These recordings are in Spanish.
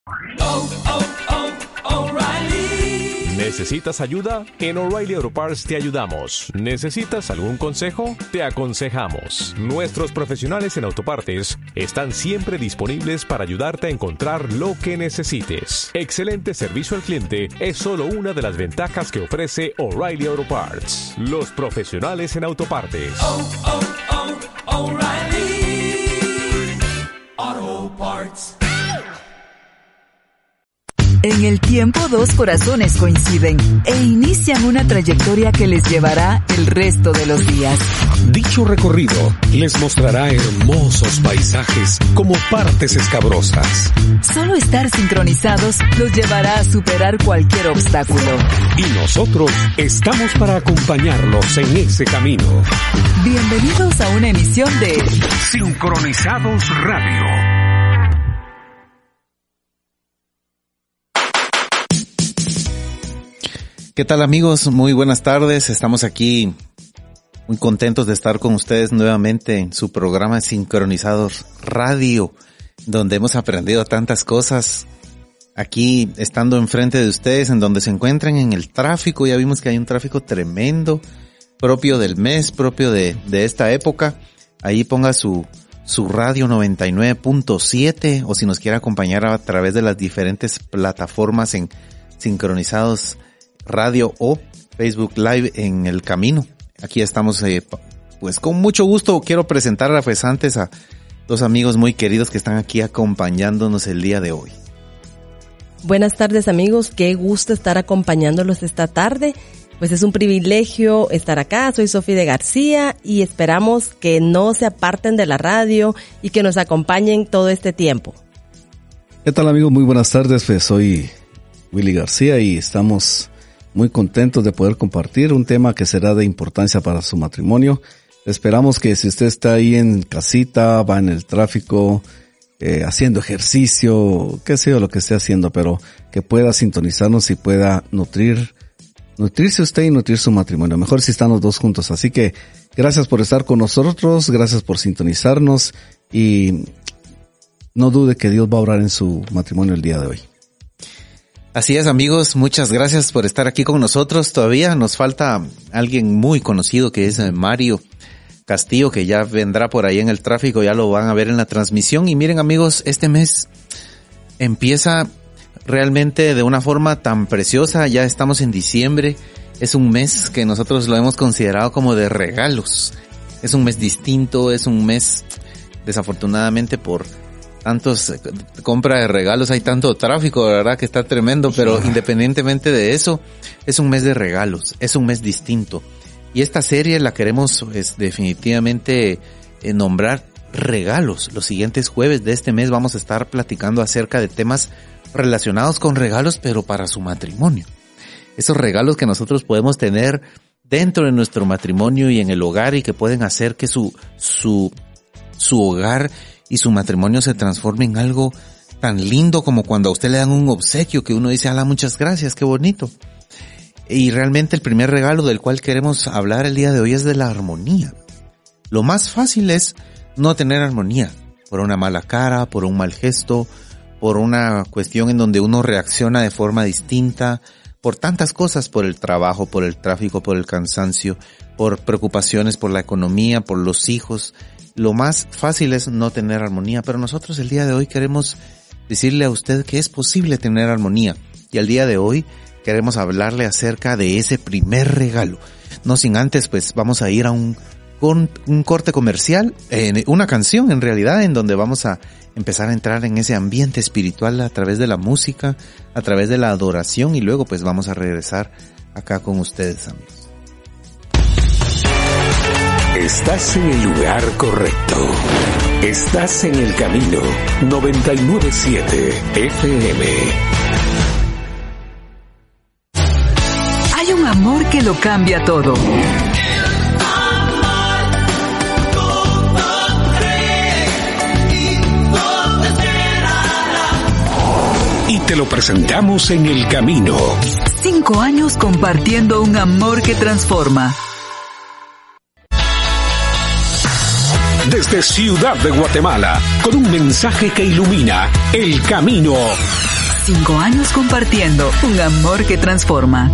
O'Reilly. ¿Necesitas ayuda? En O'Reilly Auto Parts te ayudamos. ¿Necesitas algún consejo? Te aconsejamos. Nuestros profesionales en autopartes están siempre disponibles para ayudarte a encontrar lo que necesites. Excelente servicio al cliente es solo una de las ventajas que ofrece O'Reilly Auto Parts. Los profesionales en autopartes. O'Reilly Auto Parts. En el tiempo, dos corazones coinciden e inician una trayectoria que les llevará el resto de los días. Dicho recorrido les mostrará hermosos paisajes como partes escabrosas. Solo estar sincronizados los llevará a superar cualquier obstáculo. Y nosotros estamos para acompañarlos en ese camino. Bienvenidos a una emisión de Sincronizados Radio. ¿Qué tal, amigos? Muy buenas tardes. Estamos aquí muy contentos de estar con ustedes nuevamente en su programa Sincronizados Radio, donde hemos aprendido tantas cosas. Aquí, estando enfrente de ustedes, en donde se encuentran en el tráfico, ya vimos que hay un tráfico tremendo, propio del mes, propio de esta época. Ahí ponga su radio 99.7, o si nos quiere acompañar a través de las diferentes plataformas en Sincronizados Radio o Facebook Live en el camino. Aquí estamos, pues con mucho gusto. Quiero presentar antes a dos amigos muy queridos que están aquí acompañándonos el día de hoy. Buenas tardes, amigos, qué gusto estar acompañándolos esta tarde. Pues es un privilegio estar acá. Soy Sofía de García y esperamos que no se aparten de la radio y que nos acompañen todo este tiempo. ¿Qué tal, amigos? Muy buenas tardes. Pues soy Willy García y estamos muy contentos de poder compartir un tema que será de importancia para su matrimonio. Esperamos que si usted está ahí en casita, va en el tráfico, haciendo ejercicio, qué sé yo, lo que esté haciendo, pero que pueda sintonizarnos y pueda nutrirse usted y nutrir su matrimonio. Mejor si están los dos juntos. Así que gracias por estar con nosotros, gracias por sintonizarnos y no dude que Dios va a obrar en su matrimonio el día de hoy. Así es, amigos, muchas gracias por estar aquí con nosotros. Todavía nos falta alguien muy conocido que es Mario Castillo, que ya vendrá por ahí en el tráfico, ya lo van a ver en la transmisión. Y miren, amigos, este mes empieza realmente de una forma tan preciosa. Ya estamos en diciembre, es un mes que nosotros lo hemos considerado como de regalos. Es un mes distinto, es un mes, desafortunadamente por tantos compra de regalos, hay tanto tráfico, la verdad que está tremendo, pero independientemente de eso, es un mes de regalos, es un mes distinto. Y esta serie la queremos definitivamente nombrar regalos. Los siguientes jueves de este mes vamos a estar platicando acerca de temas relacionados con regalos, pero para su matrimonio. Esos regalos que nosotros podemos tener dentro de nuestro matrimonio y en el hogar y que pueden hacer que su hogar y su matrimonio se transforme en algo tan lindo como cuando a usted le dan un obsequio que uno dice, ala, muchas gracias, qué bonito. Y realmente el primer regalo del cual queremos hablar el día de hoy es de la armonía. Lo más fácil es no tener armonía, por una mala cara, por un mal gesto, por una cuestión en donde uno reacciona de forma distinta, por tantas cosas, por el trabajo, por el tráfico, por el cansancio, por preocupaciones por la economía, por los hijos. Lo más fácil es no tener armonía, pero nosotros el día de hoy queremos decirle a usted que es posible tener armonía. Y el día de hoy queremos hablarle acerca de ese primer regalo. No sin antes, pues vamos a ir a un corte comercial, una canción en realidad, en donde vamos a empezar a entrar en ese ambiente espiritual a través de la música, a través de la adoración, y luego pues vamos a regresar acá con ustedes, amigos. Estás en el lugar correcto. Estás en el camino 99.7 FM. Hay un amor que lo cambia todo. Y te lo presentamos en el camino. 5 años compartiendo un amor que transforma. Desde Ciudad de Guatemala, con un mensaje que ilumina el camino 5 años compartiendo un amor que transforma.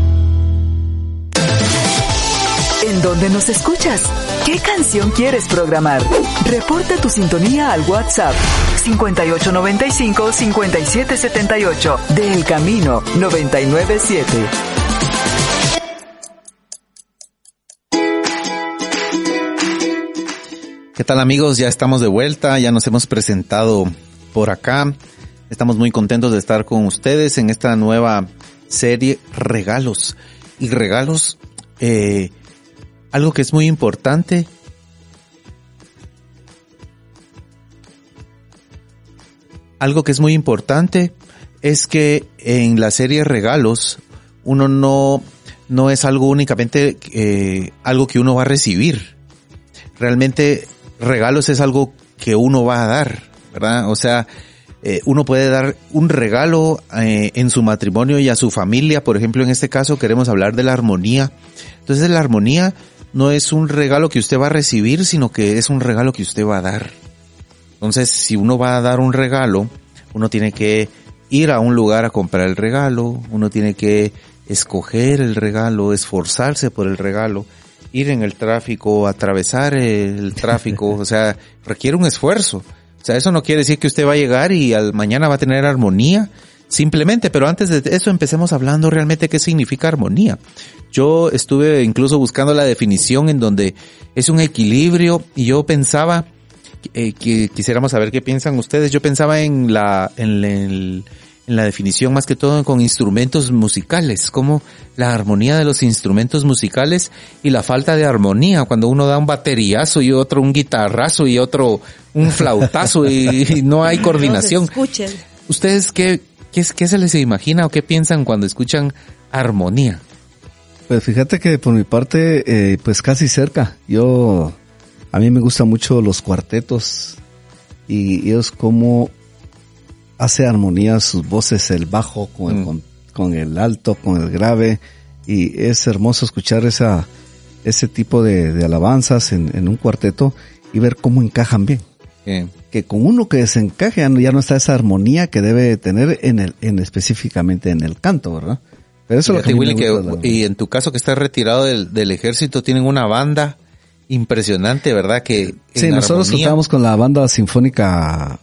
¿En dónde nos escuchas? ¿Qué canción quieres programar? Reporta tu sintonía al WhatsApp 5895-5778 de El Camino 997. ¿Qué tal, amigos? Ya estamos de vuelta, ya nos hemos presentado por acá. Estamos muy contentos de estar con ustedes en esta nueva serie Regalos. Y regalos, algo que es muy importante. Algo que es muy importante es que en la serie Regalos uno no es algo únicamente algo que uno va a recibir. Realmente regalos es algo que uno va a dar, ¿verdad? O sea, uno puede dar un regalo en su matrimonio y a su familia. Por ejemplo, en este caso queremos hablar de la armonía. Entonces, la armonía no es un regalo que usted va a recibir, sino que es un regalo que usted va a dar. Entonces, si uno va a dar un regalo, uno tiene que ir a un lugar a comprar el regalo, uno tiene que escoger el regalo, esforzarse por el regalo, ir en el tráfico, atravesar el tráfico, o sea, requiere un esfuerzo. O sea, eso no quiere decir que usted va a llegar y al mañana va a tener armonía, simplemente, pero antes de eso empecemos hablando realmente qué significa armonía. Yo estuve incluso buscando la definición en donde es un equilibrio y yo pensaba que quisiéramos saber qué piensan ustedes. Yo pensaba en la definición más que todo con instrumentos musicales, como la armonía de los instrumentos musicales y la falta de armonía cuando uno da un bateriazo y otro un guitarrazo y otro un flautazo y no hay coordinación. ¿Ustedes qué se les imagina o qué piensan cuando escuchan armonía? Pues fíjate que por mi parte, pues casi cerca. A mí me gustan mucho los cuartetos y ellos como hace armonía sus voces, el bajo con el alto, con el grave, y es hermoso escuchar ese tipo de alabanzas en un cuarteto y ver cómo encajan bien. Que con uno que desencaje ya no está esa armonía que debe tener específicamente en el canto, ¿verdad? Pero eso es lo que Willy, y en tu caso que estás retirado del ejército, tienen una banda impresionante, ¿verdad? Que sí, nosotros contamos con la banda sinfónica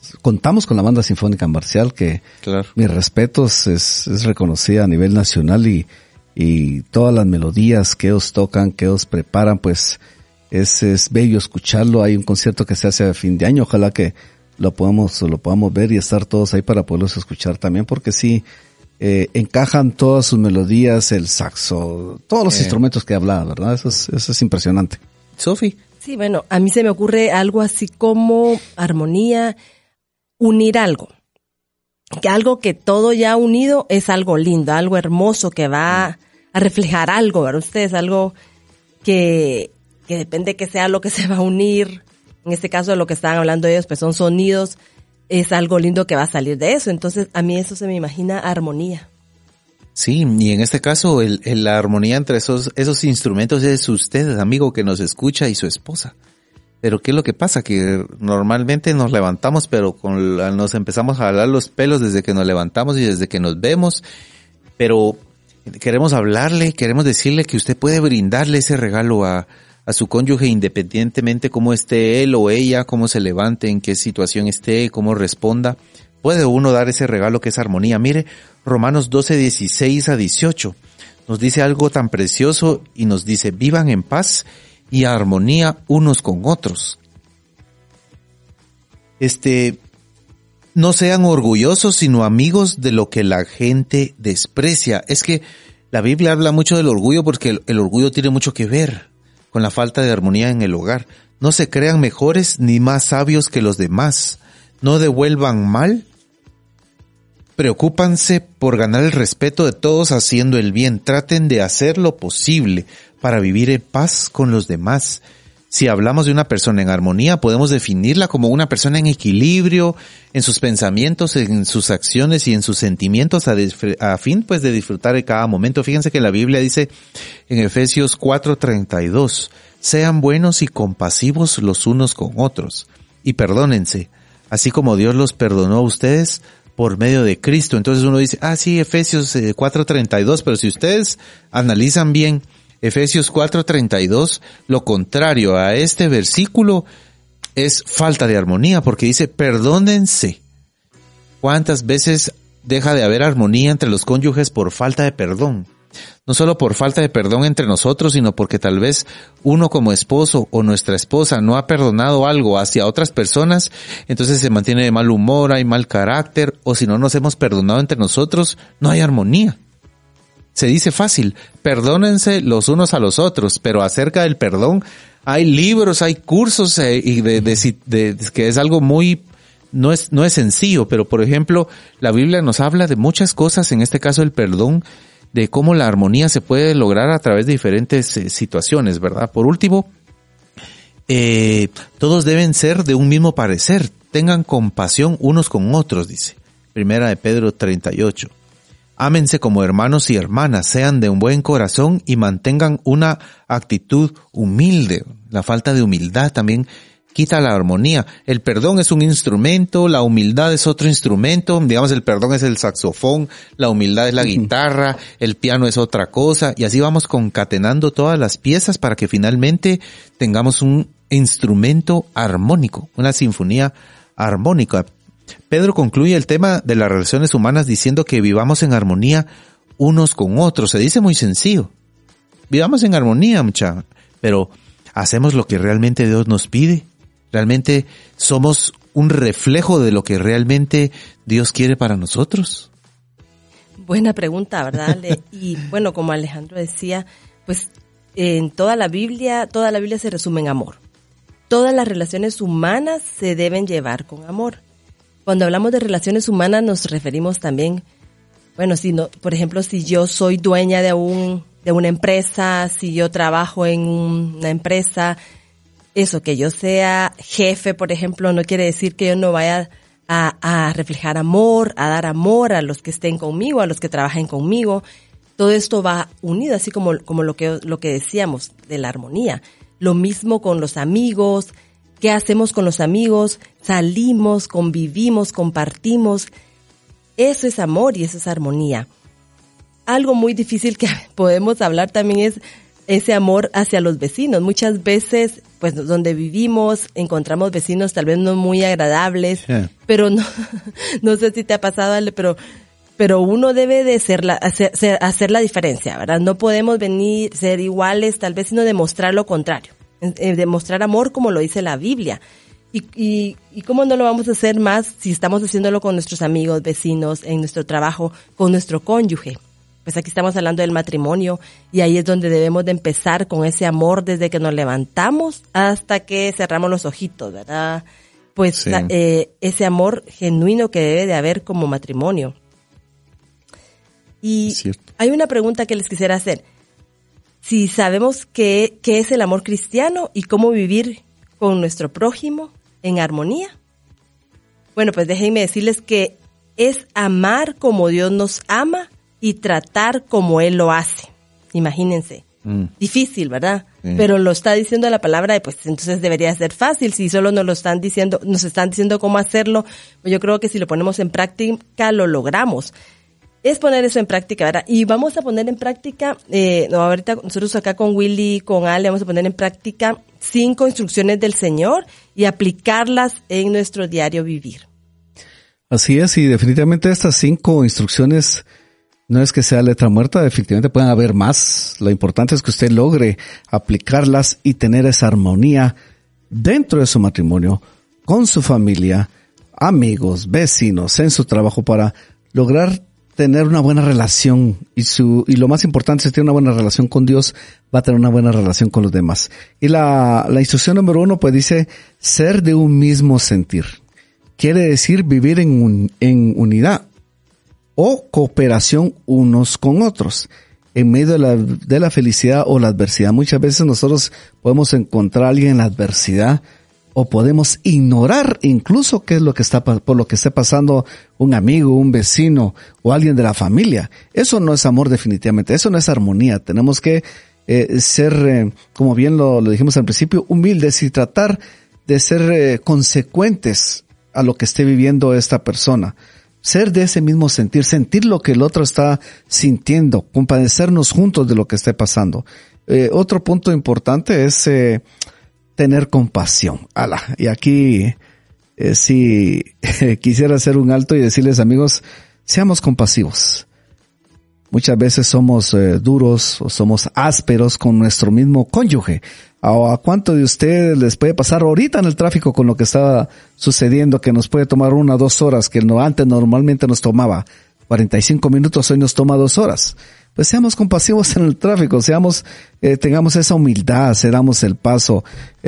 Marcial, que claro, mis respetos, es reconocida a nivel nacional y todas las melodías que ellos tocan, que ellos preparan, pues es bello escucharlo. Hay un concierto que se hace a fin de año, ojalá que lo podamos ver y estar todos ahí para poderlos escuchar también, porque sí, encajan todas sus melodías, el saxo, todos los instrumentos que hablaba, ¿verdad? Eso es impresionante. Sofi. Sí, bueno, a mí se me ocurre algo así como armonía, unir algo. Que algo que todo ya unido es algo lindo, algo hermoso que va a reflejar algo, ¿verdad? Ustedes, algo que depende que sea lo que se va a unir. En este caso de lo que estaban hablando ellos, pues son sonidos, es algo lindo que va a salir de eso. Entonces, a mí eso se me imagina armonía. Sí, y en este caso, la armonía entre esos instrumentos es usted, amigo, que nos escucha, y su esposa. Pero ¿qué es lo que pasa? Que normalmente nos levantamos, pero nos empezamos a jalar los pelos desde que nos levantamos y desde que nos vemos. Pero queremos hablarle, queremos decirle que usted puede brindarle ese regalo a su cónyuge independientemente cómo esté él o ella, cómo se levante, en qué situación esté, cómo responda. Puede uno dar ese regalo que es armonía. Mire, Romanos 12:16-18 nos dice algo tan precioso y nos dice: vivan en paz y armonía unos con otros. No sean orgullosos, sino amigos de lo que la gente desprecia. Es que la Biblia habla mucho del orgullo porque el orgullo tiene mucho que ver con la falta de armonía en el hogar. No se crean mejores ni más sabios que los demás. No devuelvan mal. Preocúpanse por ganar el respeto de todos haciendo el bien. Traten de hacer lo posible para vivir en paz con los demás. Si hablamos de una persona en armonía, podemos definirla como una persona en equilibrio en sus pensamientos, en sus acciones y en sus sentimientos a fin pues de disfrutar de cada momento. Fíjense que la Biblia dice en Efesios 4:32, sean buenos y compasivos los unos con otros y perdónense, así como Dios los perdonó a ustedes, por medio de Cristo. Entonces uno dice, sí, Efesios 4:32, pero si ustedes analizan bien Efesios 4:32, lo contrario a este versículo es falta de armonía, porque dice, perdónense. ¿Cuántas veces deja de haber armonía entre los cónyuges por falta de perdón? No solo por falta de perdón entre nosotros, sino porque tal vez uno como esposo o nuestra esposa no ha perdonado algo hacia otras personas, entonces se mantiene de mal humor, hay mal carácter, o si no nos hemos perdonado entre nosotros, no hay armonía. Se dice fácil, perdónense los unos a los otros, pero acerca del perdón hay libros, hay cursos y que es algo muy, no es sencillo, pero por ejemplo, la Biblia nos habla de muchas cosas, en este caso el perdón, de cómo la armonía se puede lograr a través de diferentes situaciones, ¿verdad? Por último, todos deben ser de un mismo parecer, tengan compasión unos con otros, dice. Primera de Pedro 38. Ámense como hermanos y hermanas, sean de un buen corazón y mantengan una actitud humilde. La falta de humildad también quita la armonía. El perdón es un instrumento, la humildad es otro instrumento. Digamos, el perdón es el saxofón, la humildad es la guitarra, el piano es otra cosa. Y así vamos concatenando todas las piezas para que finalmente tengamos un instrumento armónico, una sinfonía armónica. Pedro concluye el tema de las relaciones humanas diciendo que vivamos en armonía unos con otros. Se dice muy sencillo. Vivamos en armonía, pero ¿hacemos lo que realmente Dios nos pide? ¿Realmente somos un reflejo de lo que realmente Dios quiere para nosotros? Buena pregunta, ¿verdad, Ale? Y bueno, como Alejandro decía, pues en toda la Biblia se resume en amor. Todas las relaciones humanas se deben llevar con amor. Cuando hablamos de relaciones humanas nos referimos también, bueno, por ejemplo, si yo soy dueña de una empresa, si yo trabajo en una empresa, eso, que yo sea jefe, por ejemplo, no quiere decir que yo no vaya a reflejar amor, a dar amor a los que estén conmigo, a los que trabajen conmigo. Todo esto va unido, así como lo que decíamos de la armonía. Lo mismo con los amigos. ¿Qué hacemos con los amigos? Salimos, convivimos, compartimos. Eso es amor y eso es armonía. Algo muy difícil que podemos hablar también es ese amor hacia los vecinos. Muchas veces, pues donde vivimos, encontramos vecinos tal vez no muy agradables, pero no sé si te ha pasado, Ale, pero uno debe de hacer la diferencia, ¿verdad? No podemos ser iguales, tal vez, sino demostrar lo contrario. Demostrar amor como lo dice la Biblia. Y cómo no lo vamos a hacer más si estamos haciéndolo con nuestros amigos, vecinos, en nuestro trabajo, con nuestro cónyuge. Pues aquí estamos hablando del matrimonio y ahí es donde debemos de empezar con ese amor desde que nos levantamos hasta que cerramos los ojitos, ¿verdad? Pues sí. Ese amor genuino que debe de haber como matrimonio. Y hay una pregunta que les quisiera hacer. Si sabemos qué es el amor cristiano y cómo vivir con nuestro prójimo en armonía. Bueno, pues déjenme decirles que es amar como Dios nos ama y tratar como Él lo hace. Imagínense. Difícil, ¿verdad? Pero lo está diciendo la palabra y pues entonces debería ser fácil. Si solo nos están diciendo cómo hacerlo, pues yo creo que si lo ponemos en práctica lo logramos. Es poner eso en práctica, ¿verdad? Y vamos a poner en práctica, ahorita nosotros acá con Willy y con Ale vamos a poner en práctica 5 instrucciones del Señor y aplicarlas en nuestro diario vivir. Así es, y definitivamente estas 5 instrucciones no es que sea letra muerta, efectivamente pueden haber más. Lo importante es que usted logre aplicarlas y tener esa armonía dentro de su matrimonio, con su familia, amigos, vecinos, en su trabajo para lograr tener una buena relación y lo más importante, si tiene una buena relación con Dios, va a tener una buena relación con los demás. Y la instrucción número 1 pues dice ser de un mismo sentir. Quiere decir vivir en unidad o cooperación unos con otros en medio de la felicidad o la adversidad. Muchas veces nosotros podemos encontrar a alguien en la adversidad o podemos ignorar incluso qué es lo que por lo que esté pasando un amigo, un vecino o alguien de la familia. Eso no es amor definitivamente, eso no es armonía. Tenemos que ser, como bien lo dijimos al principio, humildes y tratar de ser consecuentes a lo que esté viviendo esta persona. ser de ese mismo sentir lo que el otro está sintiendo, compadecernos juntos de lo que esté pasando. Otro punto importante es tener compasión. Y aquí sí quisiera hacer un alto y decirles, amigos, seamos compasivos. Muchas veces somos duros o somos ásperos con nuestro mismo cónyuge. ¿A cuánto de ustedes les puede pasar ahorita en el tráfico con lo que estaba sucediendo, que nos puede tomar 1 o 2 horas, que antes normalmente nos tomaba 45 minutos, hoy nos toma 2 horas? Pues seamos compasivos en el tráfico, tengamos esa humildad, cedamos el paso,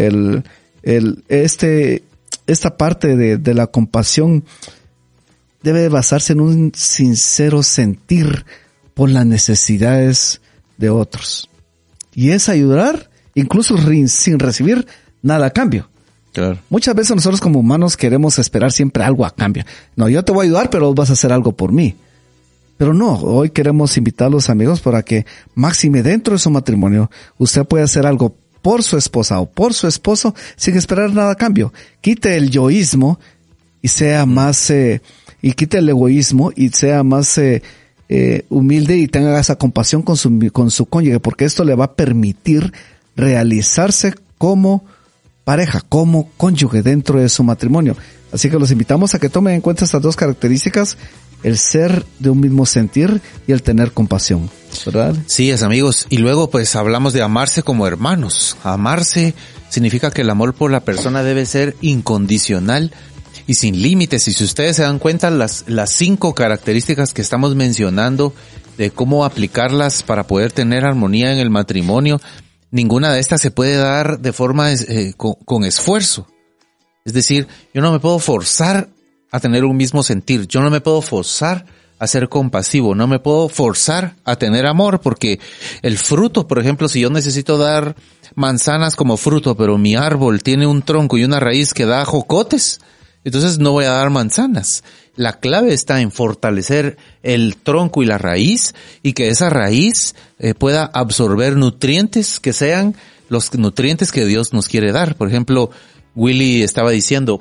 esta parte de la compasión debe basarse en un sincero sentir por las necesidades de otros. Y es ayudar incluso sin recibir nada a cambio. Claro. Muchas veces nosotros como humanos queremos esperar siempre algo a cambio. No, yo te voy a ayudar, pero vas a hacer algo por mí. Pero no, hoy queremos invitar a los amigos para que máxime dentro de su matrimonio usted pueda hacer algo por su esposa o por su esposo sin esperar nada a cambio. Quite el yoísmo y sea más, y quite el egoísmo y sea más humilde y tenga esa compasión con su cónyuge, porque esto le va a permitir realizarse como pareja, como cónyuge dentro de su matrimonio. Así que los invitamos a que tomen en cuenta estas 2 características, el ser de un mismo sentir y el tener compasión, ¿verdad? Sí, es, amigos. Y luego pues hablamos de amarse como hermanos. Amarse significa que el amor por la persona debe ser incondicional y sin límites. Y si ustedes se dan cuenta, las 5 características que estamos mencionando de cómo aplicarlas para poder tener armonía en el matrimonio, ninguna de estas se puede dar de forma con esfuerzo. Es decir, yo no me puedo forzar a tener un mismo sentir. Yo no me puedo forzar a ser compasivo. No me puedo forzar a tener amor, porque el fruto, por ejemplo, si yo necesito dar manzanas como fruto, pero mi árbol tiene un tronco y una raíz que da jocotes, entonces no voy a dar manzanas. La clave está en fortalecer el tronco y la raíz, y que esa raíz pueda absorber nutrientes que sean los nutrientes que Dios nos quiere dar. Por ejemplo, Willy estaba diciendo,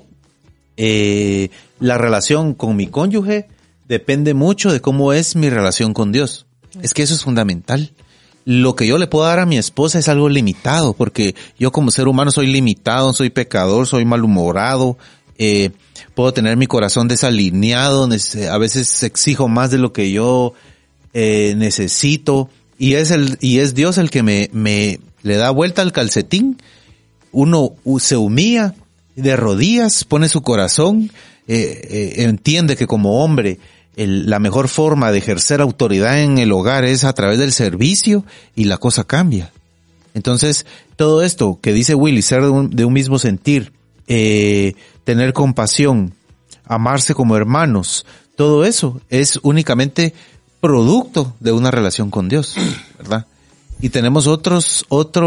la relación con mi cónyuge depende mucho de cómo es mi relación con Dios. Es que eso es fundamental. Lo que yo le puedo dar a mi esposa es algo limitado, porque yo como ser humano soy limitado, soy pecador, soy malhumorado, puedo tener mi corazón desalineado, a veces exijo más de lo que yo necesito, y es Dios el que me le da vuelta al calcetín. Uno se humilla de rodillas, pone su corazón, entiende que como hombre la mejor forma de ejercer autoridad en el hogar es a través del servicio, y la cosa cambia. Entonces, todo esto que dice Willy, ser de un mismo sentir, tener compasión, amarse como hermanos, todo eso es únicamente producto de una relación con Dios, ¿verdad? Y tenemos otros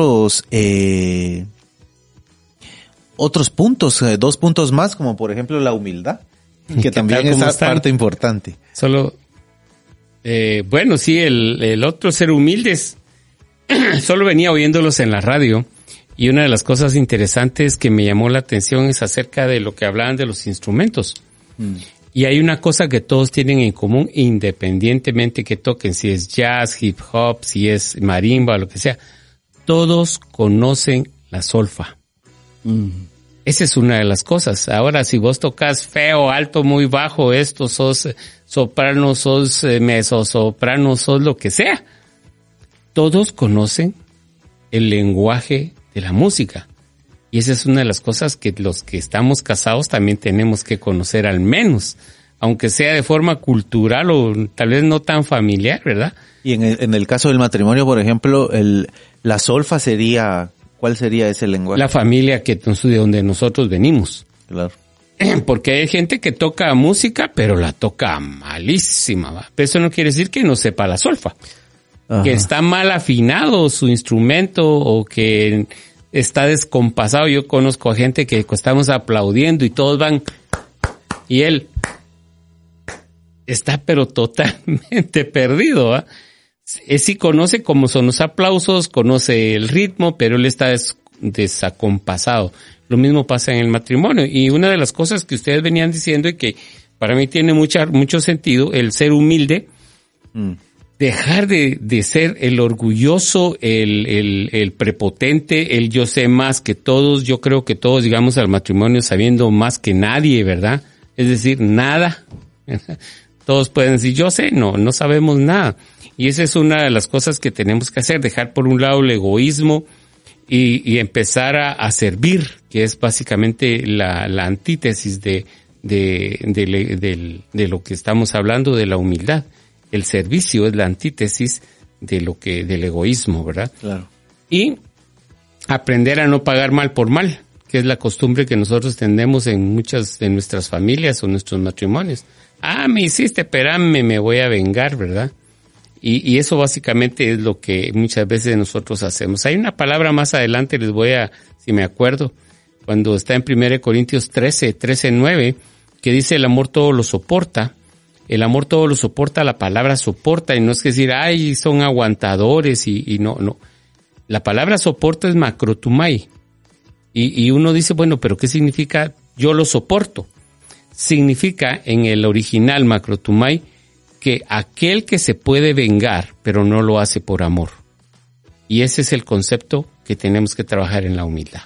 puntos, 2 puntos más, como por ejemplo la humildad, que también es parte importante. Solo, bueno, sí, el otro, ser humildes, solo venía oyéndolos en la radio, y una de las cosas interesantes que me llamó la atención es acerca de lo que hablaban de los instrumentos. Y hay una cosa que todos tienen en común, independientemente que toquen, si es jazz, hip hop, si es marimba, lo que sea, todos conocen la solfa. Esa es una de las cosas. Ahora, si vos tocas feo, alto, muy bajo, sos soprano, sos mezzosoprano, sos lo que sea, todos conocen el lenguaje de la música. Y esa es una de las cosas que los que estamos casados también tenemos que conocer, al menos, aunque sea de forma cultural o tal vez no tan familiar, ¿verdad? Y en el caso del matrimonio, por ejemplo, la solfa sería, ¿cuál sería ese lenguaje? La familia de donde nosotros venimos. Claro. Porque hay gente que toca música, pero la toca malísima, ¿va? Pero eso no quiere decir que no sepa la solfa. Ajá. Que está mal afinado su instrumento o que está descompasado. Yo conozco a gente que estamos aplaudiendo y todos van, y él está pero totalmente perdido, ¿va? Sí conoce cómo son los aplausos, conoce el ritmo, pero él está desacompasado. Lo mismo pasa en el matrimonio. Y una de las cosas que ustedes venían diciendo es que para mí tiene mucho sentido el ser humilde, dejar de ser el orgulloso, el prepotente, el yo sé más que todos. Yo creo que todos llegamos al matrimonio sabiendo más que nadie, ¿verdad? Es decir, nada. Todos pueden decir, yo sé, no sabemos nada. Y esa es una de las cosas que tenemos que hacer, dejar por un lado el egoísmo y empezar a servir, que es básicamente la antítesis de lo que estamos hablando, de la humildad. El servicio es la antítesis del egoísmo, ¿verdad? Claro. Y aprender a no pagar mal por mal, que es la costumbre que nosotros tenemos en muchas de nuestras familias o nuestros matrimonios. Me hiciste, espérame, me voy a vengar, ¿verdad? Y eso básicamente es lo que muchas veces nosotros hacemos. Hay una palabra más adelante, si me acuerdo, cuando está en 1 Corintios 13:9, que dice el amor todo lo soporta. El amor todo lo soporta, la palabra soporta, y no es que decir, son aguantadores y no. La palabra soporta es macrotumai. Y uno dice, bueno, pero ¿qué significa yo lo soporto? Significa en el original macrotumai que aquel que se puede vengar, pero no lo hace por amor. Y ese es el concepto que tenemos que trabajar en la humildad.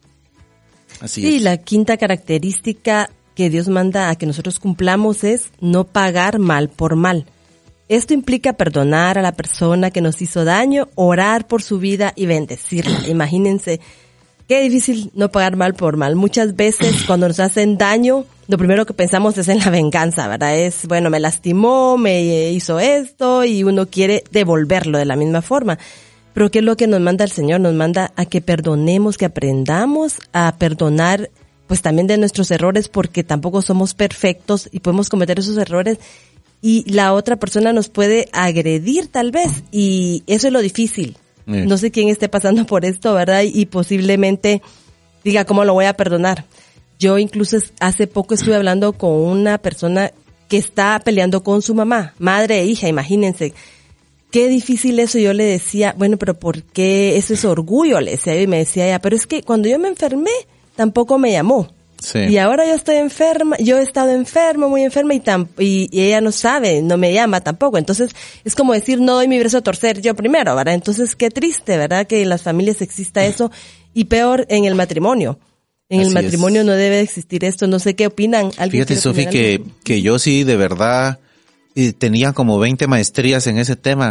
Así es. Sí, la quinta característica que Dios manda a que nosotros cumplamos es no pagar mal por mal. Esto implica perdonar a la persona que nos hizo daño, orar por su vida y bendecirla. Imagínense qué difícil no pagar mal por mal. Muchas veces cuando nos hacen daño, lo primero que pensamos es en la venganza, ¿verdad? Es, bueno, me lastimó, me hizo esto y uno quiere devolverlo de la misma forma. Pero ¿qué es lo que nos manda el Señor? Nos manda a que perdonemos, que aprendamos a perdonar pues también de nuestros errores, porque tampoco somos perfectos y podemos cometer esos errores y la otra persona nos puede agredir tal vez, y eso es lo difícil. No sé quién esté pasando por esto, ¿verdad? Y posiblemente diga, ¿cómo lo voy a perdonar? Yo incluso hace poco estuve hablando con una persona que está peleando con su mamá, madre e hija, imagínense. Qué difícil eso. Yo le decía, bueno, pero ¿por qué? Eso es orgullo, le decía, y me decía ella, pero es que cuando yo me enfermé, tampoco me llamó. Sí. Y ahora yo estoy enferma, yo he estado enferma, muy enferma, y ella no sabe, no me llama tampoco. Entonces, es como decir, no doy mi brazo a torcer yo primero, ¿verdad? Entonces, qué triste, ¿verdad? Que en las familias exista eso, y peor en el matrimonio. En el matrimonio no debe existir esto. No sé qué opinan. Fíjate, Sofi, que yo sí, de verdad, tenía como 20 maestrías en ese tema.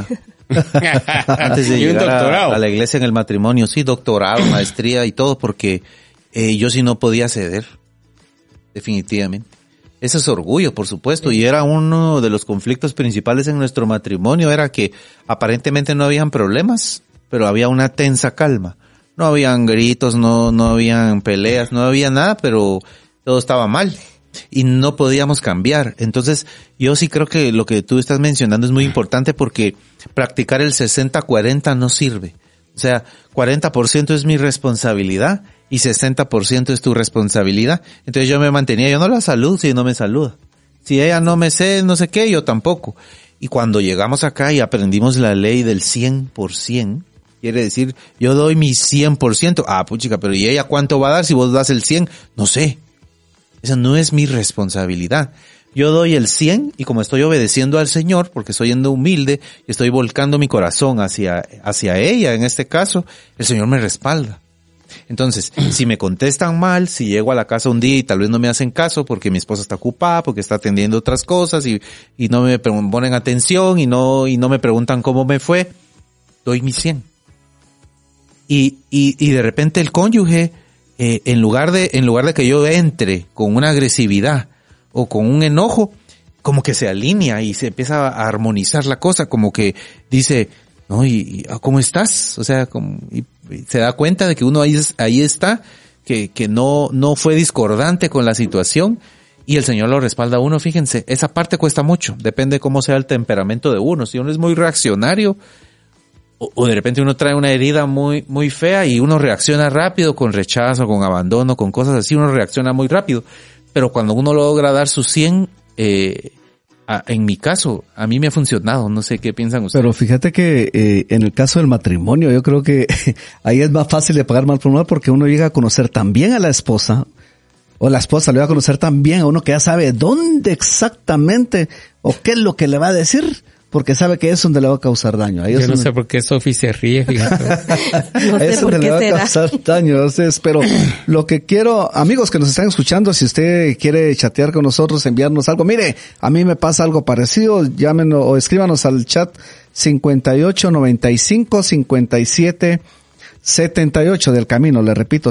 Antes de llegar a la iglesia en el matrimonio. Sí, doctorado, maestría y todo, porque yo sí no podía ceder. Definitivamente. Ese es orgullo, por supuesto, y era uno de los conflictos principales en nuestro matrimonio, era que aparentemente no habían problemas, pero había una tensa calma. No habían gritos, no habían peleas, no había nada, pero todo estaba mal y no podíamos cambiar. Entonces, yo sí creo que lo que tú estás mencionando es muy importante, porque practicar el 60-40 no sirve. O sea, 40% es mi responsabilidad y 60% es tu responsabilidad. Entonces yo me mantenía, yo no la saludo si no me saluda. Si ella no me sé, no sé qué, yo tampoco. Y cuando llegamos acá y aprendimos la ley del 100%, quiere decir, yo doy mi 100%. Puchica, pero ¿y ella cuánto va a dar si vos das el 100%? No sé. Esa no es mi responsabilidad. Yo doy el 100 y como estoy obedeciendo al Señor, porque estoy siendo humilde y estoy volcando mi corazón hacia ella, en este caso, el Señor me respalda. Entonces, si me contestan mal, si llego a la casa un día y tal vez no me hacen caso porque mi esposa está ocupada, porque está atendiendo otras cosas y no me ponen atención y no me preguntan cómo me fue, doy mi 100. Y de repente el cónyuge, en lugar de que yo entre con una agresividad o con un enojo, como que se alinea y se empieza a armonizar la cosa, como que dice, no, ¿cómo estás? O sea, y se da cuenta de que uno ahí está, que no fue discordante con la situación y el Señor lo respalda a uno. Fíjense, esa parte cuesta mucho, depende cómo sea el temperamento de uno. Si uno es muy reaccionario, o de repente uno trae una herida muy, muy fea y uno reacciona rápido con rechazo, con abandono, con cosas así, uno reacciona muy rápido. Pero cuando uno logra dar su 100, en mi caso, a mí me ha funcionado. No sé qué piensan ustedes. Pero fíjate que en el caso del matrimonio, yo creo que ahí es más fácil de pagar mal por mal, porque uno llega a conocer también a la esposa, O la esposa le va a conocer tan bien a uno que ya sabe dónde exactamente o qué es lo que le va a decir, porque sabe que es donde le va a causar daño. Ahí Yo no sé por qué Sofi se ríe, fíjate. No sé es por donde qué le va a será. causar daño. Entonces, pero lo que quiero, amigos que nos están escuchando, si usted quiere chatear con nosotros, enviarnos algo, mire, a mí me pasa algo parecido, llámenos o escríbanos al chat 5895-5778 del camino. Le repito,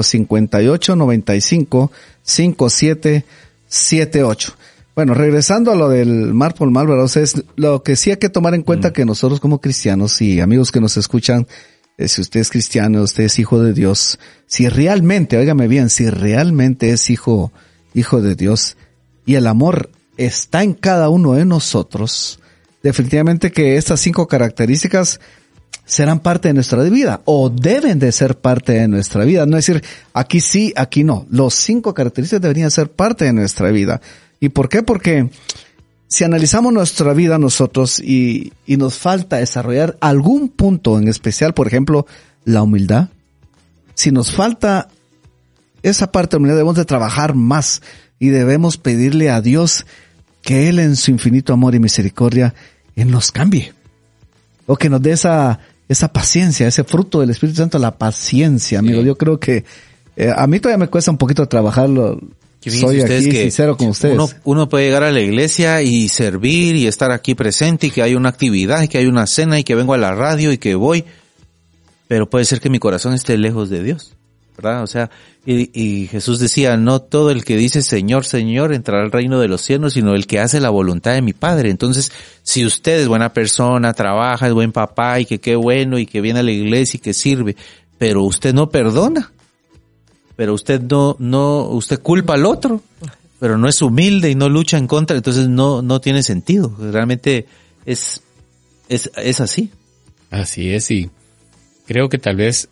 5895-5778. Bueno, regresando a lo del mar por mar, ¿verdad? O sea, es lo que sí hay que tomar en cuenta que nosotros como cristianos y amigos que nos escuchan, si usted es cristiano, usted es hijo de Dios, si realmente, óigame bien, si realmente es hijo de Dios y el amor está en cada uno de nosotros, definitivamente que estas 5 características serán parte de nuestra vida o deben de ser parte de nuestra vida. No es decir, aquí sí, aquí no. Los 5 características deberían ser parte de nuestra vida. ¿Y por qué? Porque si analizamos nuestra vida nosotros y nos falta desarrollar algún punto en especial, por ejemplo, la humildad, si nos falta esa parte de humildad, debemos de trabajar más y debemos pedirle a Dios que Él en su infinito amor y misericordia Él nos cambie. O que nos dé esa paciencia, ese fruto del Espíritu Santo, la paciencia, amigo. Yo creo que a mí todavía me cuesta un poquito trabajarlo. Soy aquí sincero con ustedes. Uno puede llegar a la iglesia y servir y estar aquí presente y que hay una actividad y que hay una cena y que vengo a la radio y que voy, pero puede ser que mi corazón esté lejos de Dios, ¿verdad? O sea, y Jesús decía, no todo el que dice Señor, Señor entrará al reino de los cielos, sino el que hace la voluntad de mi Padre. Entonces, si usted es buena persona, trabaja, es buen papá y que qué bueno y que viene a la iglesia y que sirve, pero usted no perdona, pero usted usted culpa al otro, pero no es humilde y no lucha en contra, entonces no tiene sentido. Realmente es así. Así es, y creo que tal vez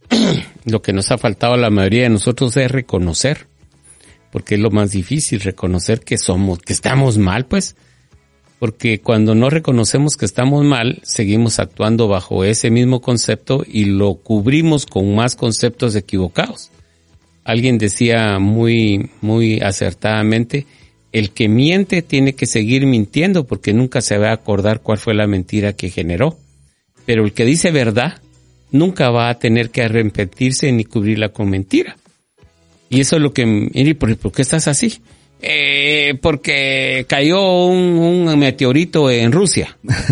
lo que nos ha faltado a la mayoría de nosotros es reconocer, porque es lo más difícil, reconocer que estamos mal, pues, porque cuando no reconocemos que estamos mal, seguimos actuando bajo ese mismo concepto y lo cubrimos con más conceptos equivocados. Alguien decía muy, muy acertadamente, el que miente tiene que seguir mintiendo porque nunca se va a acordar cuál fue la mentira que generó. Pero el que dice verdad nunca va a tener que arrepentirse ni cubrirla con mentira. Y eso es lo que... Mire, ¿por qué estás así? Porque cayó un meteorito en Rusia.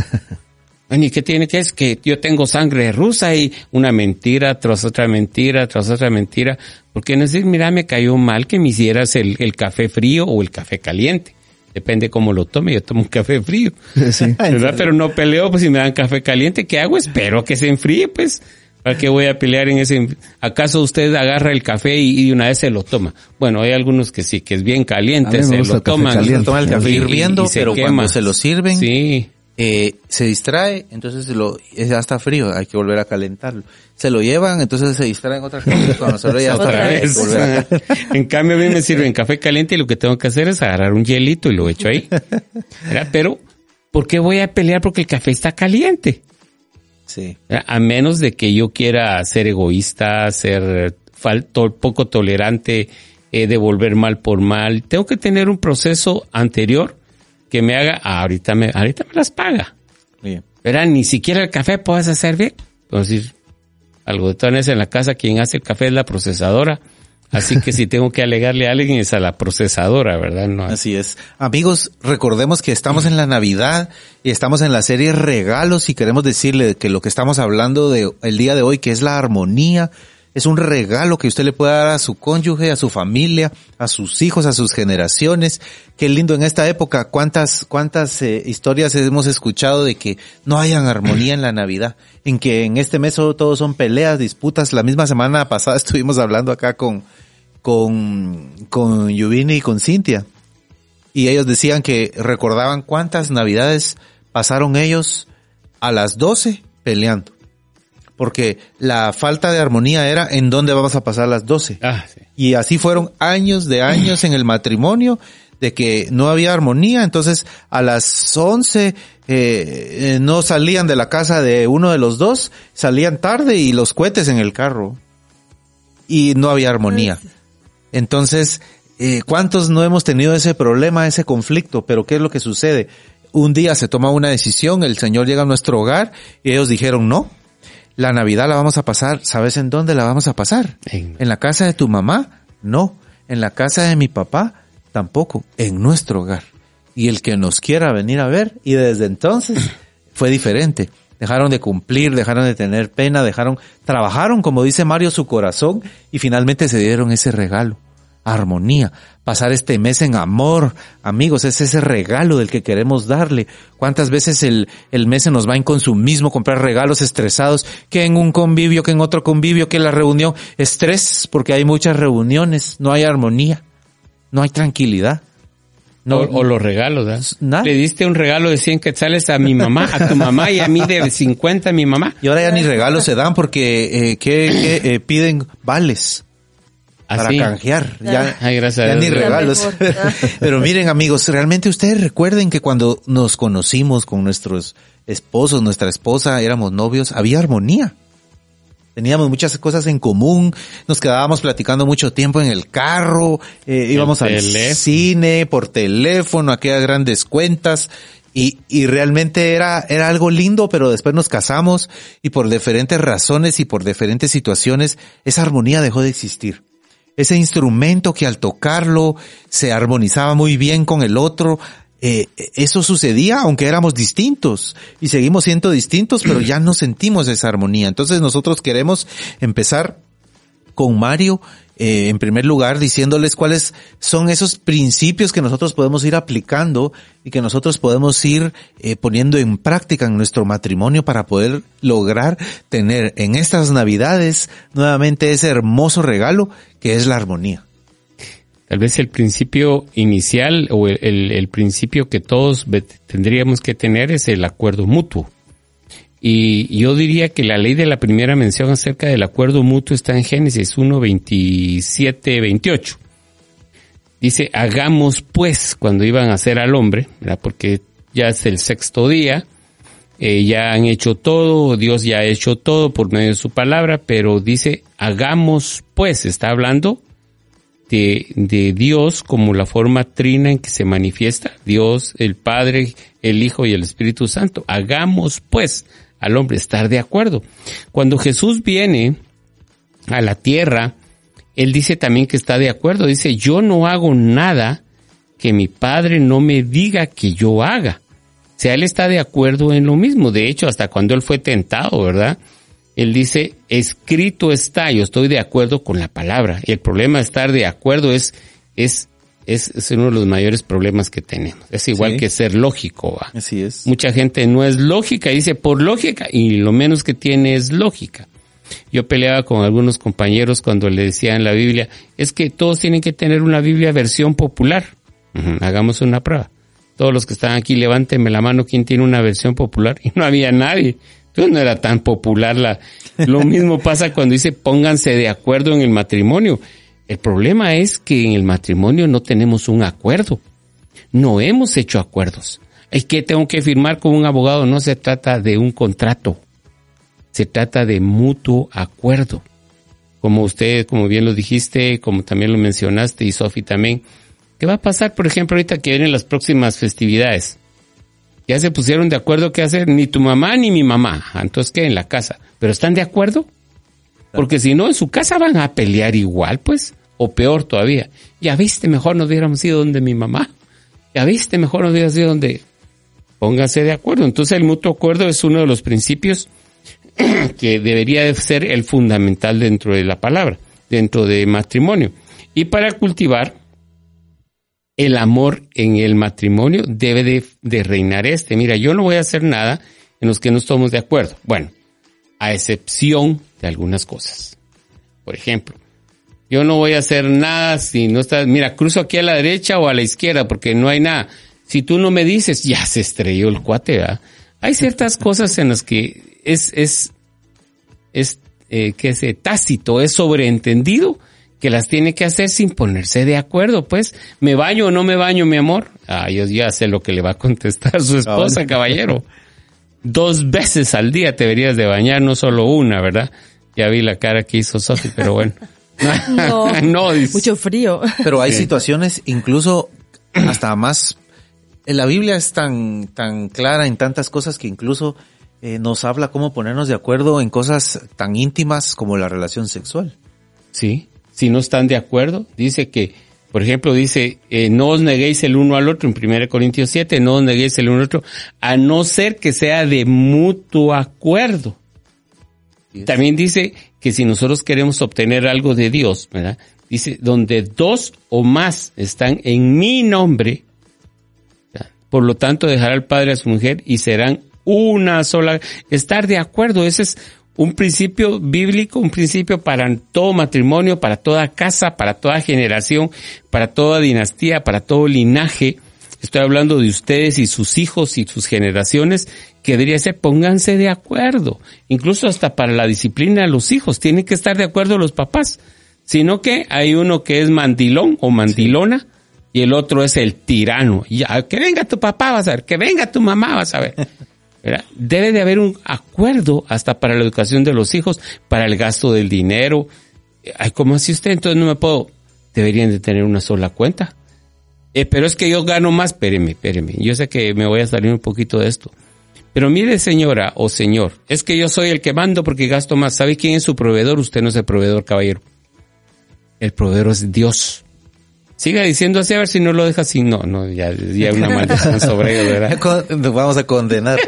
¿Y qué tiene que es? Que yo tengo sangre rusa y una mentira tras otra mentira, tras otra mentira. ¿Por qué no decir, mira, me cayó mal que me hicieras el café frío o el café caliente? Depende cómo lo tome, yo tomo un café frío. Sí. ¿Verdad? Pero no peleo, pues si me dan café caliente, ¿qué hago? Espero que se enfríe, pues. ¿Para qué voy a pelear en ese? ¿Acaso usted agarra el café y de una vez se lo toma? Bueno, hay algunos que sí, que es bien caliente, se lo toman. Se toma el café hirviendo, pero quema. Cuando se lo sirven, sí. Se distrae, entonces ya está frío, hay que volver a calentarlo. Se lo llevan, entonces se distraen otra cosa, cuando se lo ya otra vez. En cambio a mí me sirven café caliente y lo que tengo que hacer es agarrar un hielito y lo echo ahí. Pero, ¿por qué voy a pelear porque el café está caliente? Sí. A menos de que yo quiera ser egoísta, ser poco tolerante, devolver mal por mal. Tengo que tener un proceso anterior que me haga, ahorita me las paga. Bien. Pero ni siquiera el café puedes hacer bien. Pues decir, algo de todas en la casa, quien hace el café es la procesadora. Así que si tengo que alegarle a alguien es a la procesadora, ¿verdad? No. Así es. Amigos, recordemos que estamos en la Navidad y estamos en la serie Regalos y queremos decirle que lo que estamos hablando el día de hoy, que es la armonía, es un regalo que usted le puede dar a su cónyuge, a su familia, a sus hijos, a sus generaciones. Qué lindo en esta época. Cuántas historias hemos escuchado de que no hayan armonía en la Navidad. En que en este mes todos son peleas, disputas. La misma semana pasada estuvimos hablando acá con Yuvini y con Cintia. Y ellos decían que recordaban cuántas Navidades pasaron ellos a las 12 peleando. Porque la falta de armonía era en dónde vamos a pasar las 12. Sí. Y así fueron años de años en el matrimonio, de que no había armonía. Entonces a las 11 no salían de la casa de uno de los dos, salían tarde y los cohetes en el carro. Y no había armonía. Entonces ¿Cuántos no hemos tenido ese problema, ese conflicto? Pero ¿qué es lo que sucede? Un día se toma una decisión, el Señor llega a nuestro hogar y ellos dijeron, no, la Navidad la vamos a pasar, ¿sabes en dónde la vamos a pasar? ¿En la casa de tu mamá? No. ¿En la casa de mi papá? Tampoco. En nuestro hogar. Y el que nos quiera venir a ver, y desde entonces fue diferente. Dejaron de cumplir, dejaron de tener pena, trabajaron, como dice Mario, su corazón y finalmente se dieron ese regalo. Armonía, pasar este mes en amor, amigos, es ese regalo del que queremos darle. ¿Cuántas veces el mes se nos va en consumismo, comprar regalos estresados, que en un convivio, que en otro convivio, que en la reunión? Estrés, porque hay muchas reuniones, no hay armonía, no hay tranquilidad. No, o los regalos, ¿verdad? Nada. Le diste un regalo de 100 quetzales a mi mamá, a tu mamá y a mí de 50 a mi mamá. Y ahora ya ni regalos se dan porque piden vales. Para canjear, ya, ay, gracias ya a Dios, ni regalos. Pero miren, amigos, realmente ustedes recuerden que cuando nos conocimos con nuestros esposos, nuestra esposa, éramos novios, había armonía. Teníamos muchas cosas en común, nos quedábamos platicando mucho tiempo en el carro, íbamos al cine, por teléfono, aquellas grandes cuentas. Y realmente era algo lindo, pero después nos casamos y por diferentes razones y por diferentes situaciones, esa armonía dejó de existir. Ese instrumento que al tocarlo se armonizaba muy bien con el otro, eso sucedía aunque éramos distintos y seguimos siendo distintos, pero ya no sentimos esa armonía. Entonces nosotros queremos empezar con Mario, en primer lugar, diciéndoles cuáles son esos principios que nosotros podemos ir aplicando y que nosotros podemos ir poniendo en práctica en nuestro matrimonio para poder lograr tener en estas Navidades nuevamente ese hermoso regalo que es la armonía. Tal vez el principio inicial o el principio que todos tendríamos que tener es el acuerdo mutuo. Y yo diría que la ley de la primera mención acerca del acuerdo mutuo está en Génesis 1, 27, 28. Dice, hagamos pues, cuando iban a hacer al hombre, ¿verdad? Porque ya es el sexto día, ya han hecho todo, Dios ya ha hecho todo por medio de su palabra, pero dice, hagamos pues, está hablando de Dios como la forma trina en que se manifiesta, Dios, el Padre, el Hijo y el Espíritu Santo. Hagamos pues al hombre estar de acuerdo. Cuando Jesús viene a la tierra, Él dice también que está de acuerdo. Dice, yo no hago nada que mi Padre no me diga que yo haga. O sea, Él está de acuerdo en lo mismo. De hecho, hasta cuando Él fue tentado, ¿verdad? Él dice, escrito está, yo estoy de acuerdo con la palabra. Y el problema de estar de acuerdo es uno de los mayores problemas que tenemos. Es igual que ser lógico, ¿va? Así es. Mucha gente no es lógica, dice por lógica, y lo menos que tiene es lógica. Yo peleaba con algunos compañeros cuando le decía en la Biblia, es que todos tienen que tener una Biblia versión popular. Hagamos una prueba. Todos los que están aquí, levántenme la mano, ¿quién tiene una versión popular? Y no había nadie. Entonces no era tan popular Lo mismo pasa cuando dice pónganse de acuerdo en el matrimonio. El problema es que en el matrimonio no tenemos un acuerdo. No hemos hecho acuerdos. Es que tengo que firmar con un abogado. No se trata de un contrato. Se trata de mutuo acuerdo. Como usted, como bien lo dijiste, como también lo mencionaste y Sofi también. ¿Qué va a pasar, por ejemplo, ahorita que vienen las próximas festividades? Ya se pusieron de acuerdo qué hacer, ni tu mamá ni mi mamá. Entonces, ¿qué? En la casa. ¿Pero están de acuerdo? Porque si no, en su casa van a pelear igual, pues. O peor todavía. Ya viste, mejor nos hubiéramos ido donde mi mamá. Ya viste, mejor nos hubiéramos ido donde... Pónganse de acuerdo. Entonces, el mutuo acuerdo es uno de los principios que debería de ser el fundamental dentro de la palabra, dentro de matrimonio. Y para cultivar el amor en el matrimonio debe de reinar Mira, yo no voy a hacer nada en los que no estamos de acuerdo. Bueno, a excepción de algunas cosas. Por ejemplo, yo no voy a hacer nada si no estás... Mira, cruzo aquí a la derecha o a la izquierda porque no hay nada. Si tú no me dices, ya se estrelló el cuate, ¿verdad? Hay ciertas cosas en las que que es tácito, es sobreentendido, que las tiene que hacer sin ponerse de acuerdo, pues. ¿Me baño o no me baño, mi amor? Yo ya sé lo que le va a contestar su esposa, caballero. 2 veces al día te deberías de bañar, no solo una, ¿verdad? Ya vi la cara que hizo Sofi, pero bueno. No, No, dice. mucho frío. Pero hay situaciones incluso hasta más... La Biblia es tan clara en tantas cosas que incluso nos habla cómo ponernos de acuerdo en cosas tan íntimas como la relación sexual. Sí, si no están de acuerdo, dice que, por ejemplo, dice, no os neguéis el uno al otro, en 1 Corintios 7, no os neguéis el uno al otro, a no ser que sea de mutuo acuerdo. También dice que si nosotros queremos obtener algo de Dios, ¿verdad? Dice, donde 2 o más están en mi nombre, ¿verdad? Por lo tanto dejará el padre a su mujer y serán una sola. Estar de acuerdo, ese es un principio bíblico, un principio para todo matrimonio, para toda casa, para toda generación, para toda dinastía, para todo linaje. Estoy hablando de ustedes y sus hijos y sus generaciones, que debería ser, pónganse de acuerdo. Incluso hasta para la disciplina de los hijos, tienen que estar de acuerdo los papás. Sino que hay uno que es mandilón o mandilona y el otro es el tirano. Ya, que venga tu papá, vas a ver, que venga tu mamá, vas a ver. ¿Verdad? Debe de haber un acuerdo hasta para la educación de los hijos, para el gasto del dinero. Ay, ¿cómo así usted? Entonces no me puedo. Deberían de tener una sola cuenta. Pero es que yo gano más. Espéreme. Yo sé que me voy a salir un poquito de esto. Pero mire, señora o señor, es que yo soy el que mando porque gasto más. ¿Sabe quién es su proveedor? Usted no es el proveedor, caballero. El proveedor es Dios. Siga diciendo así, a ver si no lo deja así. No, ya una maldición sobre ellos, ¿verdad? Nos vamos a condenar.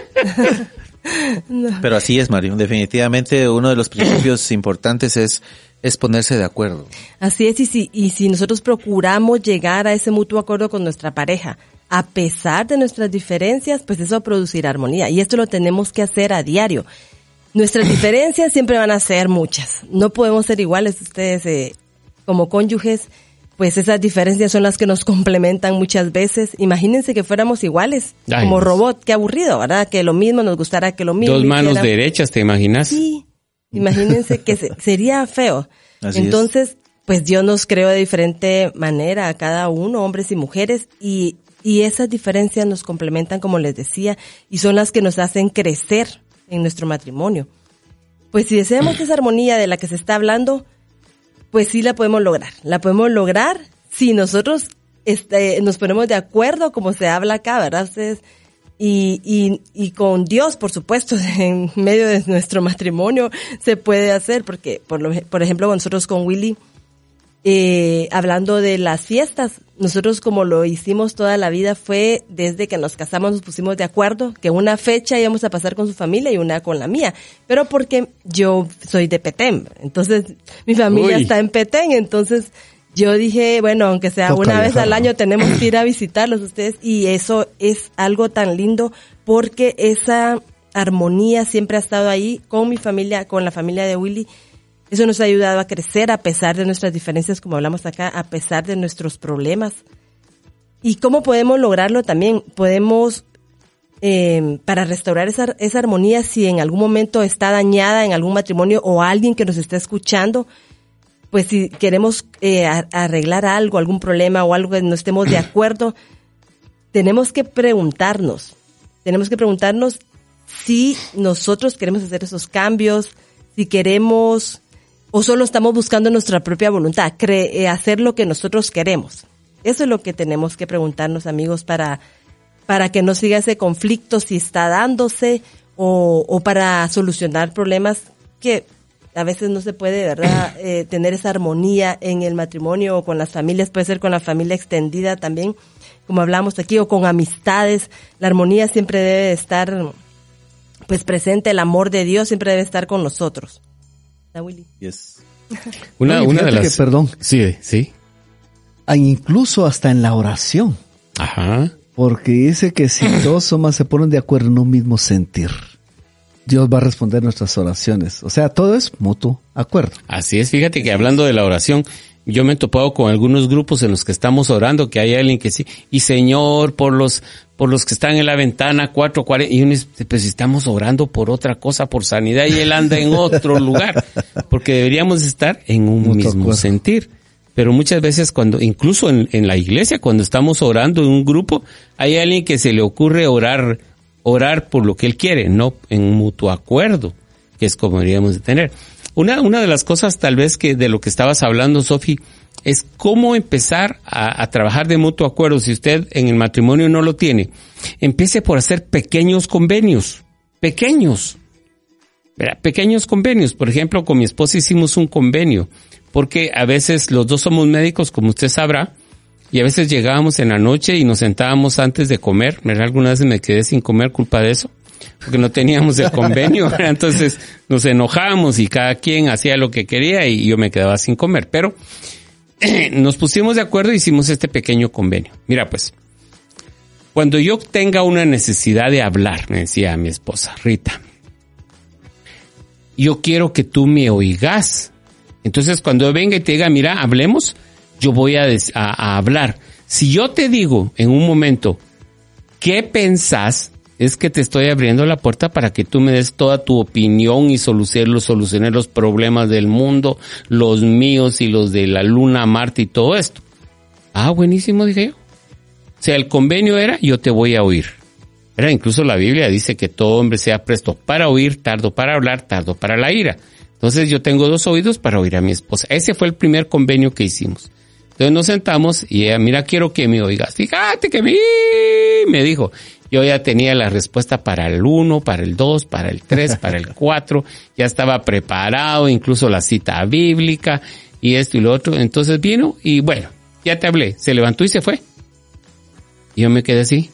No. Pero así es, Mario. Definitivamente uno de los principios importantes es ponerse de acuerdo. Así es, y si nosotros procuramos llegar a ese mutuo acuerdo con nuestra pareja, a pesar de nuestras diferencias, pues eso producirá armonía. Y esto lo tenemos que hacer a diario. Nuestras diferencias siempre van a ser muchas. No podemos ser iguales. Ustedes, como cónyuges, pues esas diferencias son las que nos complementan muchas veces. Imagínense que fuéramos iguales, como robot. Qué aburrido, ¿verdad? Que lo mismo nos gustara, que lo mismo. Dos manos derechas, ¿te imaginas? Sí. Imagínense que sería feo. Así Entonces, pues Dios nos creó de diferente manera a cada uno, hombres y mujeres, y esas diferencias nos complementan, como les decía, y son las que nos hacen crecer en nuestro matrimonio. Pues si deseamos esa armonía de la que se está hablando, pues sí la podemos lograr. La podemos lograr si nosotros nos ponemos de acuerdo, como se habla acá, ¿verdad? Ustedes, y con Dios, por supuesto, en medio de nuestro matrimonio se puede hacer, porque, por ejemplo, nosotros con Willy, hablando de las fiestas, nosotros como lo hicimos toda la vida fue desde que nos casamos nos pusimos de acuerdo que una fecha íbamos a pasar con su familia y una con la mía, pero porque yo soy de Petén, entonces mi familia está en Petén, entonces yo dije, bueno, aunque sea una vez al año tenemos que ir a visitarlos ustedes, y eso es algo tan lindo porque esa armonía siempre ha estado ahí con mi familia, con la familia de Willy. Eso nos ha ayudado a crecer a pesar de nuestras diferencias, como hablamos acá, a pesar de nuestros problemas. ¿Y cómo podemos lograrlo también? Podemos, para restaurar esa armonía, si en algún momento está dañada en algún matrimonio o alguien que nos está escuchando, pues si queremos arreglar algo, algún problema o algo que no estemos de acuerdo, tenemos que preguntarnos si nosotros queremos hacer esos cambios, si queremos, o solo estamos buscando nuestra propia voluntad, hacer lo que nosotros queremos. Eso es lo que tenemos que preguntarnos, amigos, para que no siga ese conflicto, si está dándose, o para solucionar problemas que a veces no se puede, ¿verdad? Tener esa armonía en el matrimonio o con las familias, puede ser con la familia extendida también, como hablamos aquí, o con amistades. La armonía siempre debe estar pues presente, el amor de Dios siempre debe estar con nosotros. ¿Está, Willy? Yes. Una de las... perdón. Sí. Incluso hasta en la oración. Ajá. Porque dice que si dos o más se ponen de acuerdo en un mismo sentir, Dios va a responder nuestras oraciones. O sea, todo es mutuo acuerdo. Así es, fíjate que hablando de la oración, yo me he topado con algunos grupos en los que estamos orando, que hay alguien que sí, y Señor, por los que están en la ventana 440, y uno dice, pues estamos orando por otra cosa, por sanidad, y él anda en otro lugar, porque deberíamos estar en un mismo sentir. Pero muchas veces incluso en la iglesia, cuando estamos orando en un grupo, hay alguien que se le ocurre orar por lo que él quiere, no en mutuo acuerdo, que es como deberíamos de tener. Una de las cosas tal vez que de lo que estabas hablando, Sofi, es cómo empezar a trabajar de mutuo acuerdo. Si usted en el matrimonio no lo tiene, empiece por hacer pequeños convenios. Pequeños convenios. Por ejemplo, con mi esposa hicimos un convenio, porque a veces los dos somos médicos, como usted sabrá, y a veces llegábamos en la noche y nos sentábamos antes de comer. Algunas veces me quedé sin comer culpa de eso, porque no teníamos el convenio. Entonces nos enojábamos y cada quien hacía lo que quería y yo me quedaba sin comer. Pero nos pusimos de acuerdo e hicimos este pequeño convenio. Mira, pues, cuando yo tenga una necesidad de hablar, me decía mi esposa, Rita, yo quiero que tú me oigas. Entonces, cuando yo venga y te diga, mira, hablemos, yo voy a hablar. Si yo te digo en un momento, ¿qué pensás? Es que te estoy abriendo la puerta para que tú me des toda tu opinión y solucionar los problemas del mundo, los míos y los de la Luna, Marte y todo esto. Ah, buenísimo, dije yo. O sea, el convenio era, yo te voy a oír. Incluso la Biblia dice que todo hombre sea presto para oír, tardo para hablar, tardo para la ira. Entonces yo tengo 2 oídos para oír a mi esposa. Ese fue el primer convenio que hicimos. Entonces nos sentamos y ella, mira, quiero que me oigas. Fíjate que me dijo. Yo ya tenía la respuesta para el 1, para el 2, para el 3, para el 4. Ya estaba preparado, incluso la cita bíblica y esto y lo otro. Entonces vino y bueno, ya te hablé. Se levantó y se fue. Y yo me quedé así.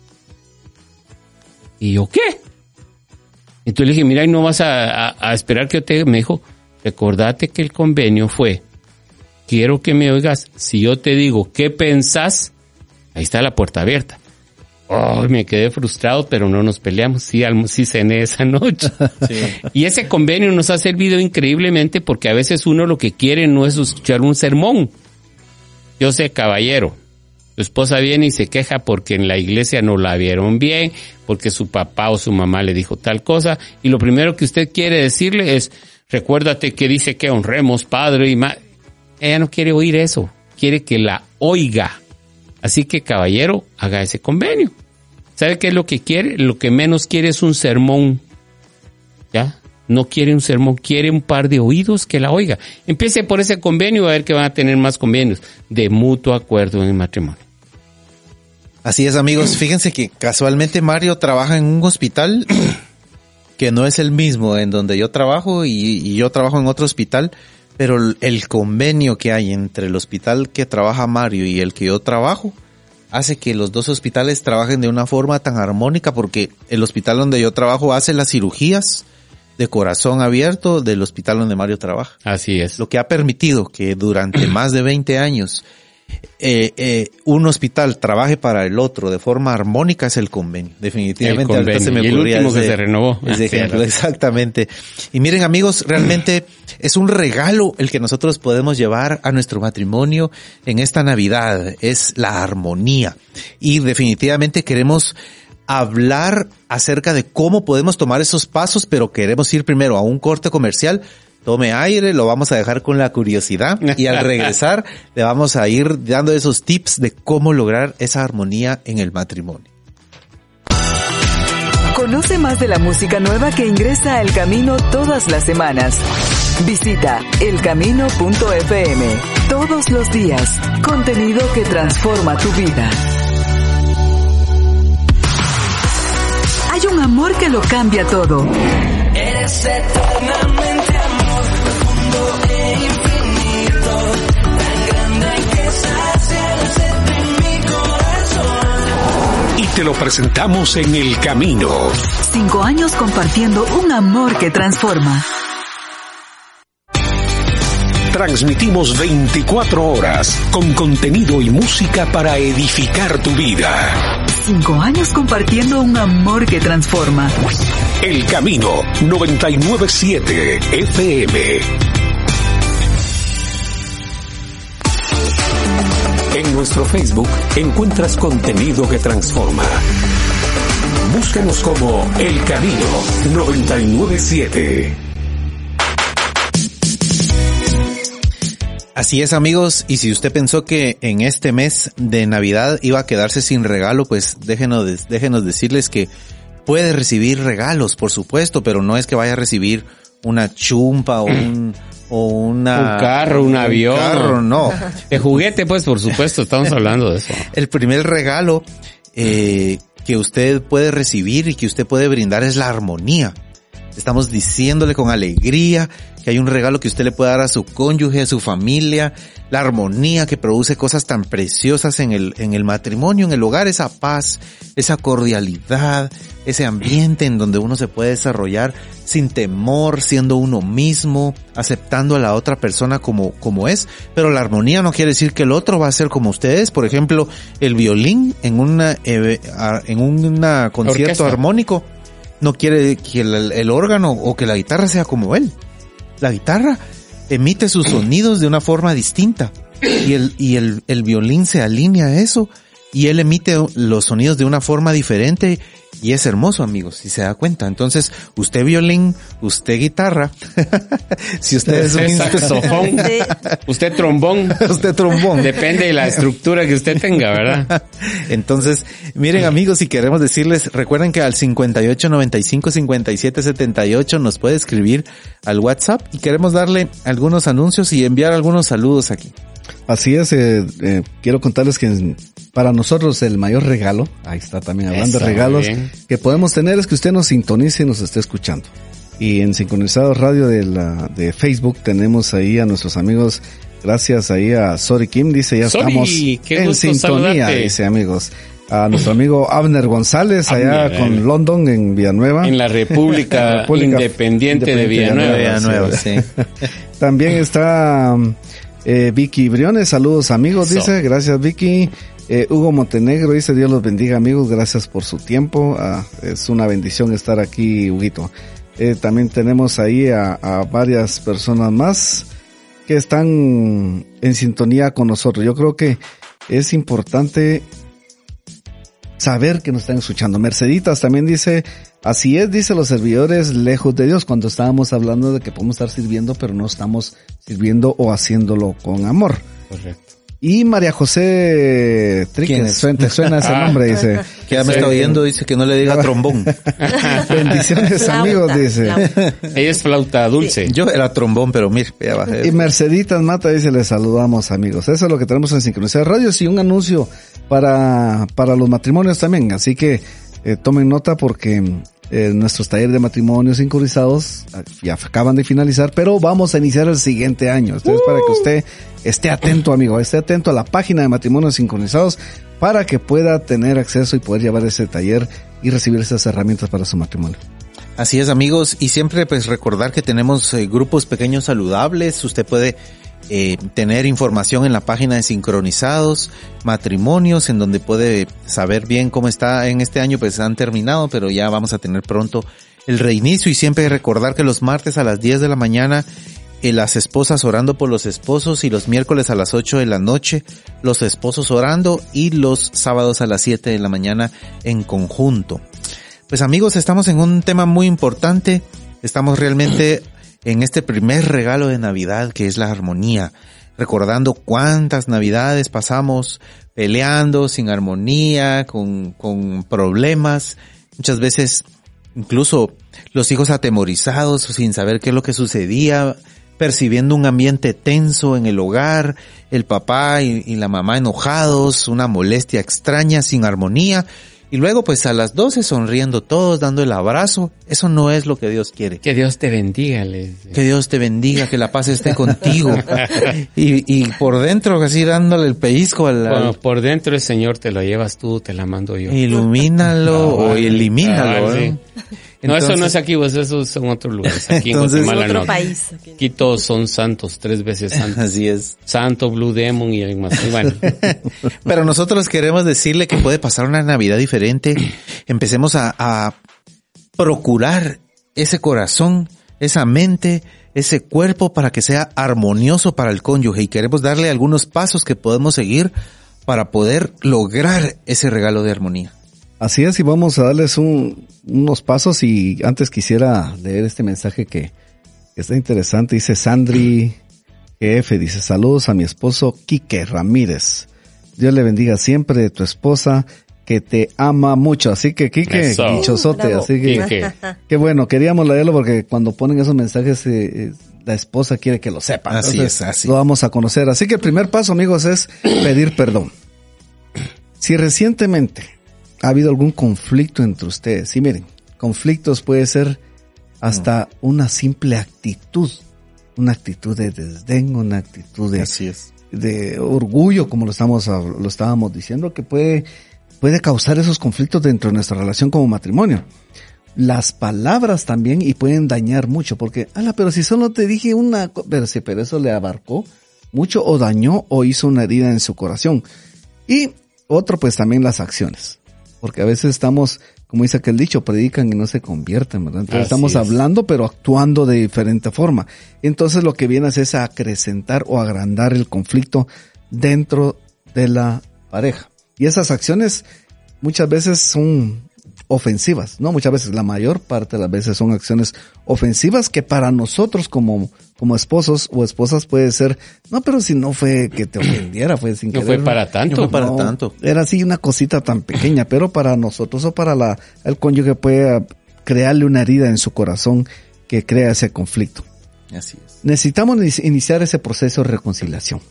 ¿Y yo qué? Entonces le dije, mira, ¿y no vas a esperar que yo te...? Me dijo, recordate que el convenio fue, quiero que me oigas. Si yo te digo, ¿qué pensás? Ahí está la puerta abierta. Oh, me quedé frustrado, pero no nos peleamos. Sí cené esa noche. Sí. Y ese convenio nos ha servido increíblemente porque a veces uno lo que quiere no es escuchar un sermón. Yo sé, caballero, su esposa viene y se queja porque en la iglesia no la vieron bien, porque su papá o su mamá le dijo tal cosa, y lo primero que usted quiere decirle es, recuérdate que dice que honremos padre y madre. Ella no quiere oír eso, quiere que la oiga. Así que, caballero, haga ese convenio. ¿Sabe qué es lo que quiere? Lo que menos quiere es un sermón. ¿Ya? No quiere un sermón, quiere un par de oídos que la oiga. Empiece por ese convenio a ver que van a tener más convenios de mutuo acuerdo en el matrimonio. Así es, amigos. Fíjense que casualmente Mario trabaja en un hospital que no es el mismo en donde yo trabajo y yo trabajo en otro hospital. Pero el convenio que hay entre el hospital que trabaja Mario y el que yo trabajo hace que los 2 hospitales trabajen de una forma tan armónica, porque el hospital donde yo trabajo hace las cirugías de corazón abierto del hospital donde Mario trabaja. Así es. Lo que ha permitido que durante más de 20 años un hospital trabaje para el otro de forma armónica es el convenio. Definitivamente. El convenio. Se me y el último que se renovó. Ese ejemplo, exactamente. Y miren, amigos, realmente es un regalo el que nosotros podemos llevar a nuestro matrimonio en esta Navidad. Es la armonía. Y definitivamente queremos hablar acerca de cómo podemos tomar esos pasos, pero queremos ir primero a un corte comercial. Tome aire, lo vamos a dejar con la curiosidad y al regresar le vamos a ir dando esos tips de cómo lograr esa armonía en el matrimonio. Conoce más de la música nueva que ingresa a El Camino todas las semanas. Visita elcamino.fm. Todos los días, contenido que transforma tu vida. Hay un amor que lo cambia todo. Eres eternamente amor, profundo e infinito, tan grande que sacia la sed en mi corazón. Y te lo presentamos en El Camino. 5 años compartiendo un amor que transforma. Transmitimos 24 horas con contenido y música para edificar tu vida. 5 años compartiendo un amor que transforma. El Camino 99.7 FM. En nuestro Facebook encuentras contenido que transforma. Búscanos como El Camino 99.7. Así es, amigos, y si usted pensó que en este mes de Navidad iba a quedarse sin regalo, pues déjenos decirles que puede recibir regalos, por supuesto, pero no es que vaya a recibir una chumpa un carro, un avión. Carro, no. De juguete, pues, por supuesto, estamos hablando de eso. El primer regalo que usted puede recibir y que usted puede brindar es la armonía. Estamos diciéndole con alegría que hay un regalo que usted le puede dar a su cónyuge, a su familia, la armonía que produce cosas tan preciosas en el matrimonio, en el hogar, esa paz, esa cordialidad, ese ambiente en donde uno se puede desarrollar sin temor, siendo uno mismo, aceptando a la otra persona como es, pero la armonía no quiere decir que el otro va a ser como usted es. Por ejemplo, el violín en un concierto Orquesta. armónico no quiere que el órgano o que la guitarra sea como él. La guitarra emite sus sonidos de una forma distinta y el violín se alinea a eso y él emite los sonidos de una forma diferente y es hermoso, amigos, si se da cuenta. Entonces, usted violín, usted guitarra, si usted es un saxofón, usted trombón. Usted trombón. Depende de la estructura que usted tenga, ¿verdad? Entonces, miren, amigos, si queremos decirles, recuerden que al 5895-5778 nos puede escribir al WhatsApp y queremos darle algunos anuncios y enviar algunos saludos aquí. Así es, quiero contarles que para nosotros el mayor regalo, ahí está también hablando de regalos, que podemos tener es que usted nos sintonice y nos esté escuchando. Y en Sincronizados Radio de Facebook tenemos ahí a nuestros amigos, gracias ahí a Sori Kim, dice ya Sori, estamos en sintonía, saludarte. dice amigos. A nuestro amigo Abner González allá con London en Villanueva. En la República Independiente de Villanueva. Sí. También está Vicky Briones, saludos amigos, dice, gracias Vicky. Hugo Montenegro dice, Dios los bendiga amigos, gracias por su tiempo, es una bendición estar aquí, Huguito. También tenemos ahí a varias personas más que están en sintonía con nosotros. Yo creo que es importante saber que nos están escuchando. Merceditas también dice, así es, dice, los servidores lejos de Dios, cuando estábamos hablando de que podemos estar sirviendo, pero no estamos sirviendo o haciéndolo con amor. Correcto. Y María José Tríquez, suena ese nombre, dice. Que ya me está oyendo, dice que no le diga trombón. Bendiciones amigos, dice. Ella es flauta dulce. Yo era trombón, pero mire, ya bajé. Y Merceditas Mata dice, les saludamos amigos. Eso es lo que tenemos en Sincronizados Radios y un anuncio para los matrimonios también. Así que tomen nota porque nuestros talleres de matrimonios sincronizados ya acaban de finalizar, pero vamos a iniciar el siguiente año. Entonces, para que usted esté atento, amigo, esté atento a la página de matrimonios sincronizados para que pueda tener acceso y poder llevar ese taller y recibir esas herramientas para su matrimonio. Así es, amigos, y siempre pues recordar que tenemos grupos pequeños saludables. Usted puede tener información en la página de Sincronizados Matrimonios, en donde puede saber bien cómo está. En este año pues han terminado, pero ya vamos a tener pronto el reinicio, y siempre recordar que los martes a las 10 de la mañana las esposas orando por los esposos, y los miércoles a las 8 de la noche los esposos orando, y los sábados a las 7 de la mañana en conjunto. Pues amigos, estamos en un tema muy importante, estamos realmente en este primer regalo de Navidad, que es la armonía, recordando cuántas Navidades pasamos peleando, sin armonía, con problemas, muchas veces incluso los hijos atemorizados, sin saber qué es lo que sucedía, percibiendo un ambiente tenso en el hogar, el papá y la mamá enojados, una molestia extraña, sin armonía. Y luego pues a las 12 sonriendo todos, dando el abrazo. Eso no es lo que Dios quiere. Que Dios te bendiga. Que Dios te bendiga, que la paz esté contigo. y por dentro así dándole el pellizco Bueno, por dentro el Señor te lo llevas tú, te la mando yo. Ilumínalo o elimínalo. Sí. Entonces, no, eso no es aquí, pues eso son otros lugares. Aquí entonces, en Guatemala otro no. país. Aquí todos son santos, 3 veces santos. Así es. Santo, Blue Demon y el más. Y bueno. Pero nosotros queremos decirle que puede pasar una Navidad diferente. Empecemos a procurar ese corazón, esa mente, ese cuerpo para que sea armonioso para el cónyuge. Y queremos darle algunos pasos que podemos seguir para poder lograr ese regalo de armonía. Así es, y vamos a darles unos pasos, y antes quisiera leer este mensaje que está interesante. Dice Sandri GF, dice, saludos a mi esposo Quique Ramírez. Dios le bendiga siempre, de tu esposa que te ama mucho. Así que, Quique, Eso. dichosote. Bravo. Así que, Quique. qué bueno, queríamos leerlo porque cuando ponen esos mensajes, la esposa quiere que lo sepa. Así Entonces, es, así. lo vamos a conocer. Así que el primer paso, amigos, es pedir perdón. Si recientemente ha habido algún conflicto entre ustedes, y miren, conflictos puede ser hasta una simple actitud, una actitud de desdén, una actitud Así es. de orgullo, como lo estábamos diciendo, que puede causar esos conflictos dentro de nuestra relación como matrimonio. Las palabras también y pueden dañar mucho, porque, pero si solo te dije pero eso le abarcó mucho o dañó o hizo una herida en su corazón. Y otro, pues también las acciones, porque a veces estamos, como dice aquel dicho, predican y no se convierten, ¿verdad? Entonces estamos hablando pero actuando de diferente forma. Entonces lo que viene es a acrecentar o agrandar el conflicto dentro de la pareja. Y esas acciones muchas veces son ofensivas, no muchas veces, la mayor parte de las veces son acciones ofensivas que para nosotros como esposos o esposas puede ser, no, pero si no fue que te ofendiera, fue sin No querer. fue para tanto. No fue para tanto. Era así una cosita tan pequeña, pero para nosotros o para el cónyuge puede crearle una herida en su corazón que crea ese conflicto. Así es. Necesitamos iniciar ese proceso de reconciliación.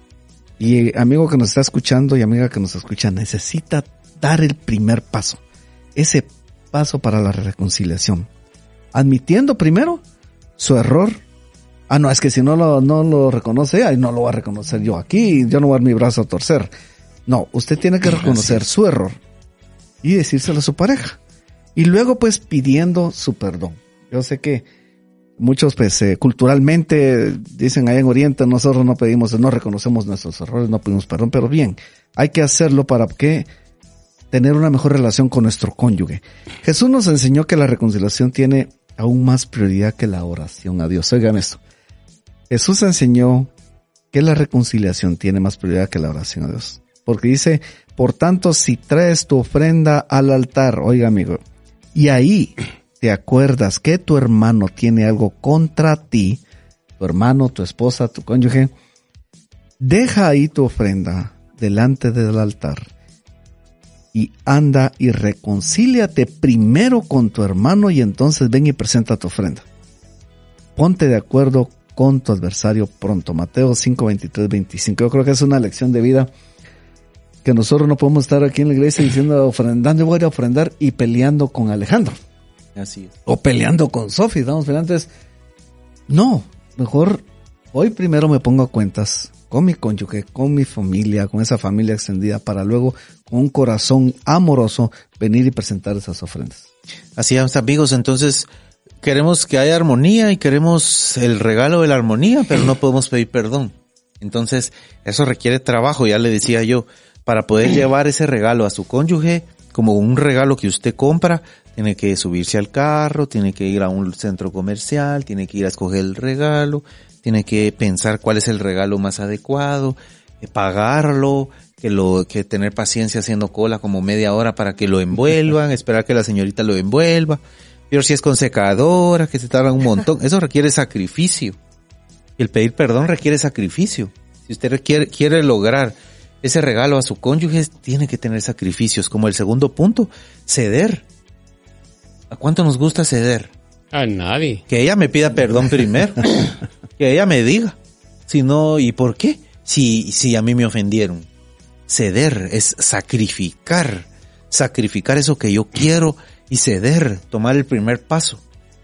Y amigo que nos está escuchando y amiga que nos escucha, necesita dar el primer paso. Ese paso para la reconciliación. Admitiendo primero su error. No, es que si no lo reconoce, no lo voy a reconocer yo aquí, yo no voy a dar mi brazo a torcer. No, usted tiene que reconocer su error y decírselo a su pareja. Y luego pues pidiendo su perdón. Yo sé que muchos pues culturalmente dicen allá en Oriente, nosotros no reconocemos nuestros errores, no pedimos perdón, pero bien, hay que hacerlo para que tener una mejor relación con nuestro cónyuge. Jesús nos enseñó que la reconciliación tiene aún más prioridad que la oración a Dios. Oigan esto. Jesús enseñó que la reconciliación tiene más prioridad que la oración a Dios. Porque dice, por tanto, si traes tu ofrenda al altar, oiga amigo, y ahí te acuerdas que tu hermano tiene algo contra ti, tu hermano, tu esposa, tu cónyuge, deja ahí tu ofrenda delante del altar y anda y reconcíliate primero con tu hermano y entonces ven y presenta tu ofrenda. Ponte de acuerdo con tu adversario pronto. Mateo 5, 23, 25. Yo creo que es una lección de vida que nosotros no podemos estar aquí en la iglesia diciendo ofrendando, voy a ofrendar y peleando con Alejandro. Así es. O peleando con Sofi, estamos peleando. Entonces, no, mejor hoy primero me pongo a cuentas con mi cónyuge, con mi familia, con esa familia extendida, para luego, con un corazón amoroso, venir y presentar esas ofrendas. Así es, amigos. Entonces, queremos que haya armonía y queremos el regalo de la armonía, pero no podemos pedir perdón. Entonces, eso requiere trabajo, ya le decía yo, para poder llevar ese regalo a su cónyuge, como un regalo que usted compra, tiene que subirse al carro, tiene que ir a un centro comercial, tiene que ir a escoger el regalo, tiene que pensar cuál es el regalo más adecuado, pagarlo, que tener paciencia haciendo cola como media hora para que lo envuelvan, esperar que la señorita lo envuelva. Pero si es con secadora, que se tarda un montón, eso requiere sacrificio. Y el pedir perdón requiere sacrificio. Si usted quiere lograr ese regalo a su cónyuge, tiene que tener sacrificios. Como el segundo punto, ceder. ¿A cuánto nos gusta ceder? A nadie. Que ella me pida perdón primero. Que ella me diga. Si no, ¿y por qué? Si a mí me ofendieron. Ceder es sacrificar. Sacrificar eso que yo quiero y ceder. Tomar el primer paso.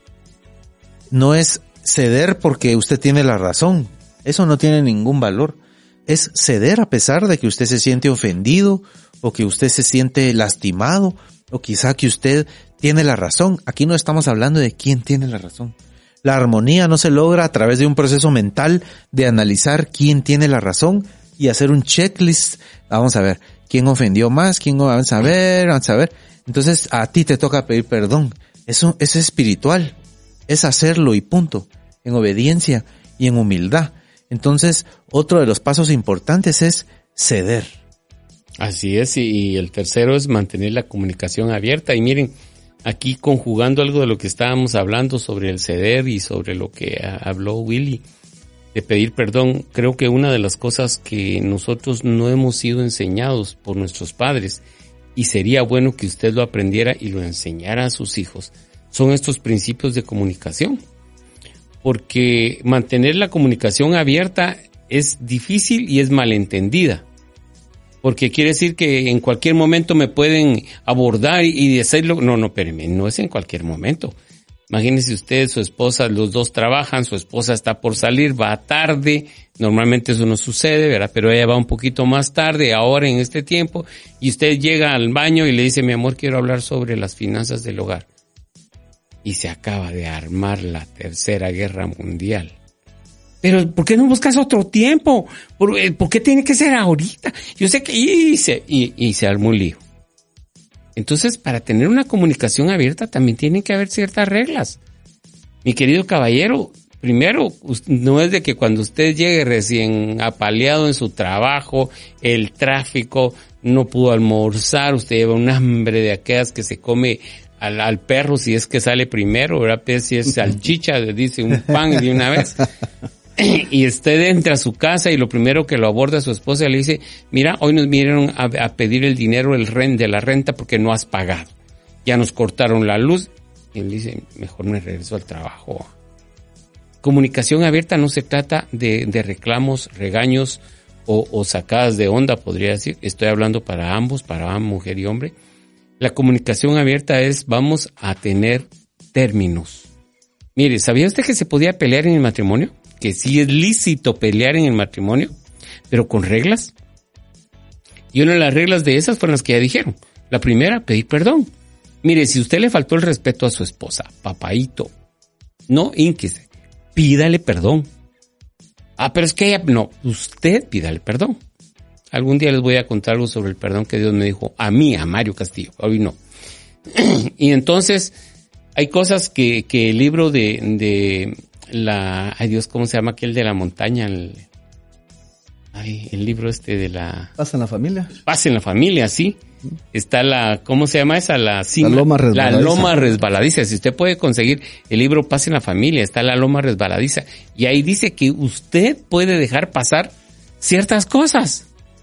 No es ceder porque usted tiene la razón. Eso no tiene ningún valor. Es ceder a pesar de que usted se siente ofendido o que usted se siente lastimado o quizá que usted tiene la razón. Aquí no estamos hablando de quién tiene la razón. La armonía no se logra a través de un proceso mental de analizar quién tiene la razón y hacer un checklist. Vamos a ver quién ofendió más, quién no, vamos a ver. Entonces a ti te toca pedir perdón. Eso es espiritual. Es hacerlo y punto. En obediencia y en humildad. Entonces, otro de los pasos importantes es ceder. Así es, y el tercero es mantener la comunicación abierta. Y miren, aquí conjugando algo de lo que estábamos hablando sobre el ceder y sobre lo que habló Willy, de pedir perdón, creo que una de las cosas que nosotros no hemos sido enseñados por nuestros padres y sería bueno que usted lo aprendiera y lo enseñara a sus hijos, son estos principios de comunicación. Porque mantener la comunicación abierta es difícil y es malentendida. Porque quiere decir que en cualquier momento me pueden abordar y decirlo. No, espéreme, no es en cualquier momento. Imagínese usted, su esposa, los dos trabajan, su esposa está por salir, va tarde, normalmente eso no sucede, ¿verdad? Pero ella va un poquito más tarde, ahora en este tiempo, y usted llega al baño y le dice, mi amor, quiero hablar sobre las finanzas del hogar. Y se acaba de armar la Tercera Guerra Mundial. Pero, ¿por qué no buscas otro tiempo? ¿Por qué tiene que ser ahorita? Yo sé que... Y se armó un lío. Entonces, para tener una comunicación abierta también tienen que haber ciertas reglas. Mi querido caballero, primero, no es de que cuando usted llegue recién apaleado en su trabajo, el tráfico, no pudo almorzar, usted lleva un hambre de aquellas que se come al perro si es que sale primero, ¿verdad? Si es salchicha, le dice un pan de una vez. Y usted entra a su casa y lo primero que lo aborda su esposa le dice, mira, hoy nos vinieron a pedir el dinero de la renta porque no has pagado. Ya nos cortaron la luz. Y él dice, mejor me regreso al trabajo. Comunicación abierta no se trata de reclamos, regaños o sacadas de onda, podría decir. Estoy hablando para ambos, para mujer y hombre. La comunicación abierta es, vamos a tener términos. Mire, ¿sabía usted que se podía pelear en el matrimonio? Que sí es lícito pelear en el matrimonio, pero con reglas. Y una de las reglas de esas fueron las que ya dijeron. La primera, pedir perdón. Mire, si usted le faltó el respeto a su esposa, papaíto, no ínquese, pídale perdón. Pero es que ella, no, usted pídale perdón. Algún día les voy a contar algo sobre el perdón que Dios me dijo a mí, a Mario Castillo, hoy no. Y entonces, hay cosas que el libro de ay Dios, ¿cómo se llama aquel de la montaña? El libro de la... ¿Paz en la familia? Paz en la familia, sí. Está ¿cómo se llama esa? La loma resbaladiza. La loma resbaladiza. Si usted puede conseguir el libro Paz en la familia, está la loma resbaladiza. Y ahí dice que usted puede dejar pasar ciertas cosas.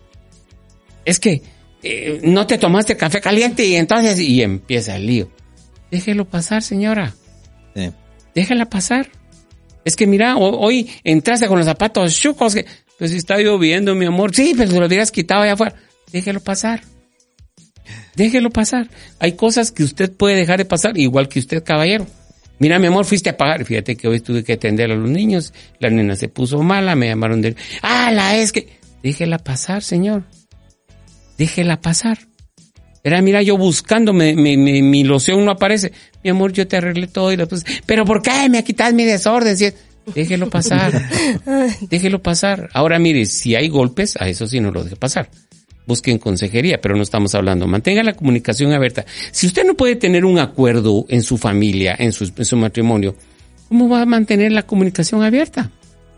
Es que no te tomaste café caliente y entonces... Y empieza el lío. Déjelo pasar, señora. Sí. Déjela pasar. Es que mira, hoy entraste con los zapatos chucos. Pues si está lloviendo, mi amor. Sí, pero te lo hubieras quitado allá afuera. Déjelo pasar. Déjelo pasar. Hay cosas que usted puede dejar de pasar, igual que usted, caballero. Mira, mi amor, fuiste a pagar. Fíjate que hoy tuve que atender a los niños. La nena se puso mala, me llamaron de... es que... Déjela pasar, señor. Déjela pasar. Mira, yo buscando, mi loción no aparece. Mi amor, yo te arreglé todo y después, pero ¿por qué me quitas mi desorden? Déjelo pasar. Déjelo pasar. Ahora mire, si hay golpes, a eso sí no lo deje pasar. Busquen consejería, pero no estamos hablando. Mantenga la comunicación abierta. Si usted no puede tener un acuerdo en su familia, en su matrimonio, ¿cómo va a mantener la comunicación abierta?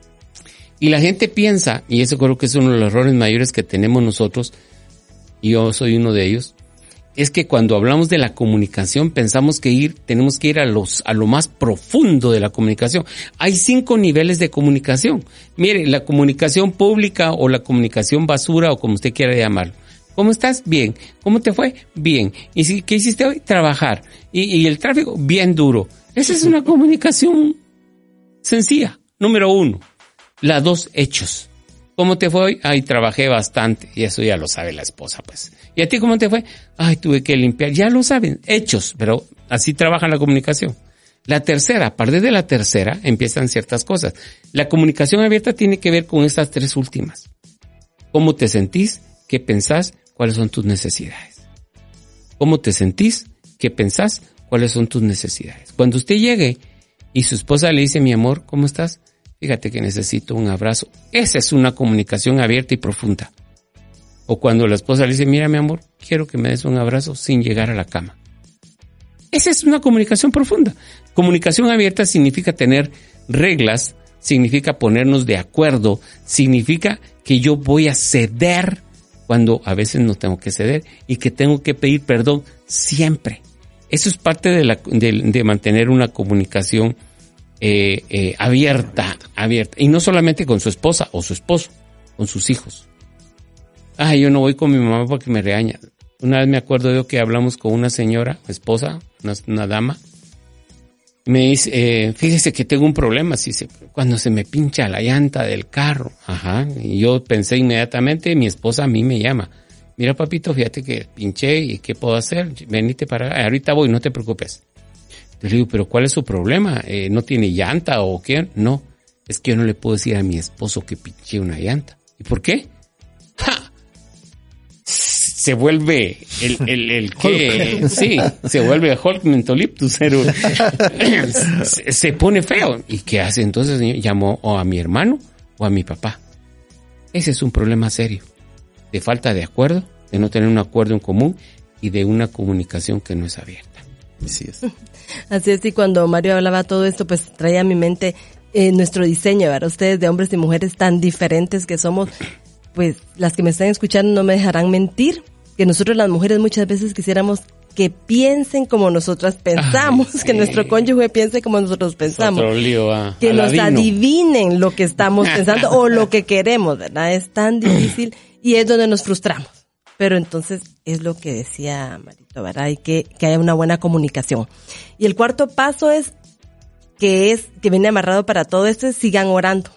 Y la gente piensa, y eso creo que es uno de los errores mayores que tenemos nosotros, y yo soy uno de ellos, es que cuando hablamos de la comunicación pensamos que tenemos que ir a lo más profundo de la comunicación. Hay 5 niveles de comunicación. Mire, la comunicación pública o la comunicación basura o como usted quiera llamarlo. ¿Cómo estás? Bien. ¿Cómo te fue? Bien. ¿Y qué hiciste hoy? Trabajar. ¿Y el tráfico? Bien duro. Esa es una comunicación sencilla. Número 1. La 2, hechos. ¿Cómo te fue hoy? Trabajé bastante. Y eso ya lo sabe la esposa, pues. ¿Y a ti cómo te fue? Tuve que limpiar. Ya lo saben. Hechos. Pero así trabaja la comunicación. La tercera, a partir de la tercera, empiezan ciertas cosas. La comunicación abierta tiene que ver con estas 3 últimas. ¿Cómo te sentís? ¿Qué pensás? ¿Cuáles son tus necesidades? ¿Cómo te sentís? ¿Qué pensás? ¿Cuáles son tus necesidades? Cuando usted llegue y su esposa le dice, mi amor, ¿cómo estás? Fíjate que necesito un abrazo. Esa es una comunicación abierta y profunda. O cuando la esposa le dice, mira mi amor, quiero que me des un abrazo sin llegar a la cama. Esa es una comunicación profunda. Comunicación abierta significa tener reglas, significa ponernos de acuerdo, significa que yo voy a ceder cuando a veces no tengo que ceder y que tengo que pedir perdón siempre. Eso es parte de mantener una comunicación abierta. Y no solamente con su esposa o su esposo, con sus hijos. Yo no voy con mi mamá porque me regaña. Una vez me acuerdo yo que hablamos con una señora, esposa, una dama. Me dice, fíjese que tengo un problema, cuando se me pincha la llanta del carro. Ajá. Y yo pensé inmediatamente, mi esposa a mí me llama. Mira, papito, fíjate que pinché y ¿qué puedo hacer? Venite para acá. Ahorita voy, no te preocupes. Yo le digo, pero ¿cuál es su problema? ¿No tiene llanta o qué? No, es que yo no le puedo decir a mi esposo que pinché una llanta. ¿Y por qué? ¡Ja! Se vuelve el que, sí, se vuelve Hulk Mentoliptus, se pone feo. ¿Y qué hace entonces? Llamó o a mi hermano o a mi papá. Ese es un problema serio, de falta de acuerdo, de no tener un acuerdo en común y de una comunicación que no es abierta. Así es. Así es, y cuando Mario hablaba todo esto, pues traía a mi mente nuestro diseño, ¿verdad? Ustedes de hombres y mujeres tan diferentes que somos, pues las que me están escuchando no me dejarán mentir, que nosotros las mujeres muchas veces quisiéramos que piensen como nosotras pensamos, sí, que nuestro cónyuge piense como nosotros pensamos, que nos adivinen lo que estamos pensando o lo que queremos, ¿verdad? Es tan difícil y es donde nos frustramos. Pero entonces es lo que decía Marito, ¿verdad? Hay que haya una buena comunicación. Y el cuarto paso que viene amarrado para todo esto, es sigan orando.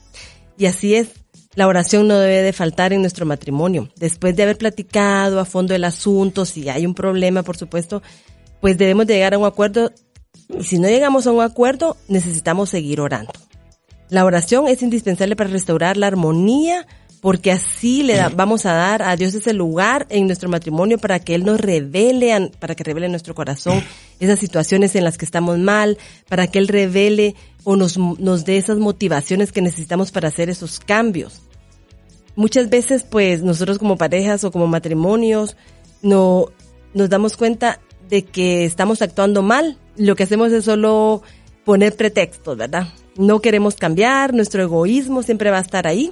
Y así es, la oración no debe de faltar en nuestro matrimonio. Después de haber platicado a fondo el asunto, si hay un problema, por supuesto, pues debemos de llegar a un acuerdo. Y si no llegamos a un acuerdo, necesitamos seguir orando. La oración es indispensable para restaurar la armonía, porque así vamos a dar a Dios ese lugar en nuestro matrimonio para que Él nos revele, para que revele en nuestro corazón esas situaciones en las que estamos mal, para que Él revele o nos dé esas motivaciones que necesitamos para hacer esos cambios. Muchas veces, pues, nosotros como parejas o como matrimonios no nos damos cuenta de que estamos actuando mal. Lo que hacemos es solo poner pretextos, ¿verdad? No queremos cambiar, nuestro egoísmo siempre va a estar ahí.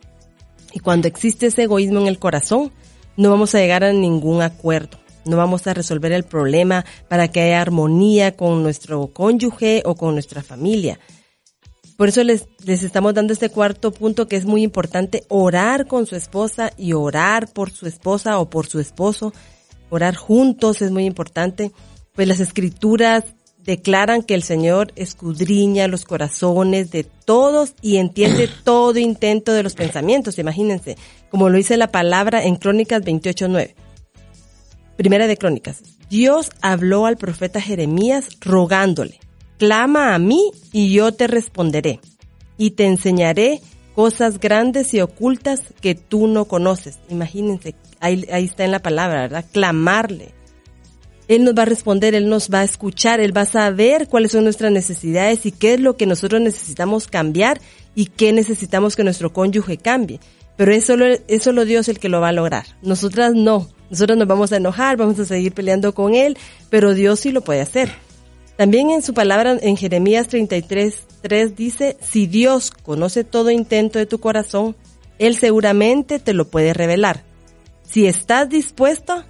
Y cuando existe ese egoísmo en el corazón, no vamos a llegar a ningún acuerdo. No vamos a resolver el problema para que haya armonía con nuestro cónyuge o con nuestra familia. Por eso les estamos dando este cuarto punto, que es muy importante: orar con su esposa y orar por su esposa o por su esposo. Orar juntos es muy importante, pues las escrituras declaran que el Señor escudriña los corazones de todos y entiende todo intento de los pensamientos. Imagínense, como lo dice la palabra en Crónicas 28:9. Primera de Crónicas. Dios habló al profeta Jeremías rogándole: clama a mí y yo te responderé, y te enseñaré cosas grandes y ocultas que tú no conoces. Imagínense, ahí está en la palabra, ¿verdad? Clamarle. Él nos va a responder, Él nos va a escuchar, Él va a saber cuáles son nuestras necesidades y qué es lo que nosotros necesitamos cambiar y qué necesitamos que nuestro cónyuge cambie. Pero es solo Dios el que lo va a lograr. Nosotras no. Nosotros nos vamos a enojar, vamos a seguir peleando con Él, pero Dios sí lo puede hacer. También en su palabra, en Jeremías 33:3 dice: si Dios conoce todo intento de tu corazón, Él seguramente te lo puede revelar. Si estás dispuesto,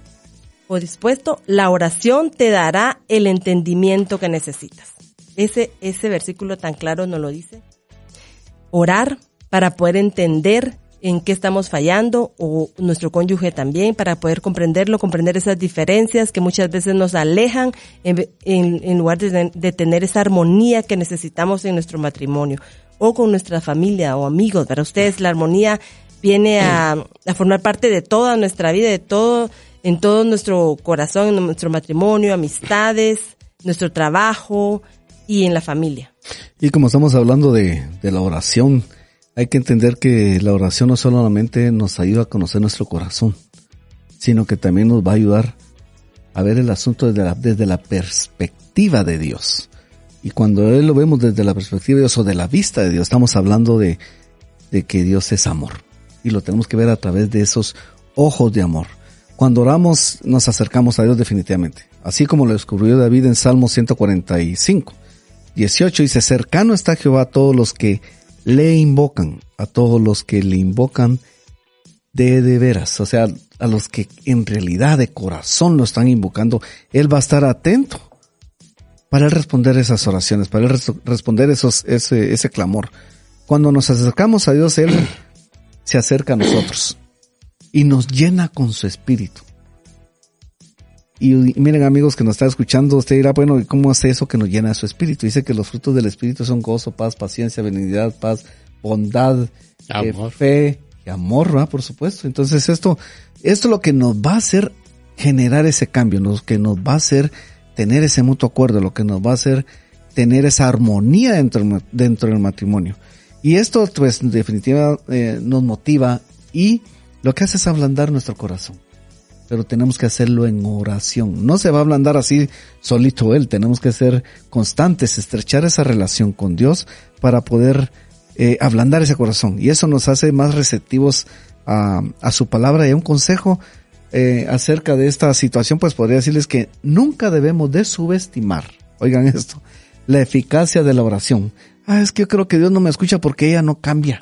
la oración te dará el entendimiento que necesitas. Ese versículo tan claro nos lo dice. Orar para poder entender en qué estamos fallando, o nuestro cónyuge también, para poder comprender esas diferencias que muchas veces nos alejan en lugar de tener esa armonía que necesitamos en nuestro matrimonio o con nuestra familia o amigos. Para ustedes la armonía viene a formar parte de toda nuestra vida, en todo nuestro corazón, en nuestro matrimonio, amistades, nuestro trabajo y en la familia. Y como estamos hablando de la oración, hay que entender que la oración no solamente nos ayuda a conocer nuestro corazón, sino que también nos va a ayudar a ver el asunto desde la perspectiva de Dios. Y cuando Él lo vemos desde la perspectiva de Dios o de la vista de Dios, estamos hablando de que Dios es amor. Y lo tenemos que ver a través de esos ojos de amor. Cuando oramos, nos acercamos a Dios definitivamente. Así como lo descubrió David en Salmo 145:18, dice: cercano está Jehová a todos los que le invocan, a todos los que le invocan de veras. O sea, a los que en realidad de corazón lo están invocando, Él va a estar atento para Él responder esas oraciones, para Él responder ese clamor. Cuando nos acercamos a Dios, Él se acerca a nosotros y nos llena con su espíritu. Y miren, amigos que nos están escuchando, usted dirá, bueno, ¿y cómo hace eso que nos llena de su espíritu? Dice que los frutos del espíritu son gozo, paz, paciencia, benignidad, paz, bondad, fe y amor, ¿verdad? Por supuesto. Entonces esto es lo que nos va a hacer generar ese cambio, lo que nos va a hacer tener ese mutuo acuerdo, lo que nos va a hacer tener esa armonía dentro del matrimonio. Y esto, pues, en definitiva, nos motiva y lo que hace es ablandar nuestro corazón. Pero tenemos que hacerlo en oración. No se va a ablandar así solito él. Tenemos que ser constantes, estrechar esa relación con Dios para poder ablandar ese corazón. Y eso nos hace más receptivos a su palabra. Y un consejo acerca de esta situación, pues podría decirles que nunca debemos de subestimar, oigan esto, la eficacia de la oración. Es que yo creo que Dios no me escucha porque ella no cambia.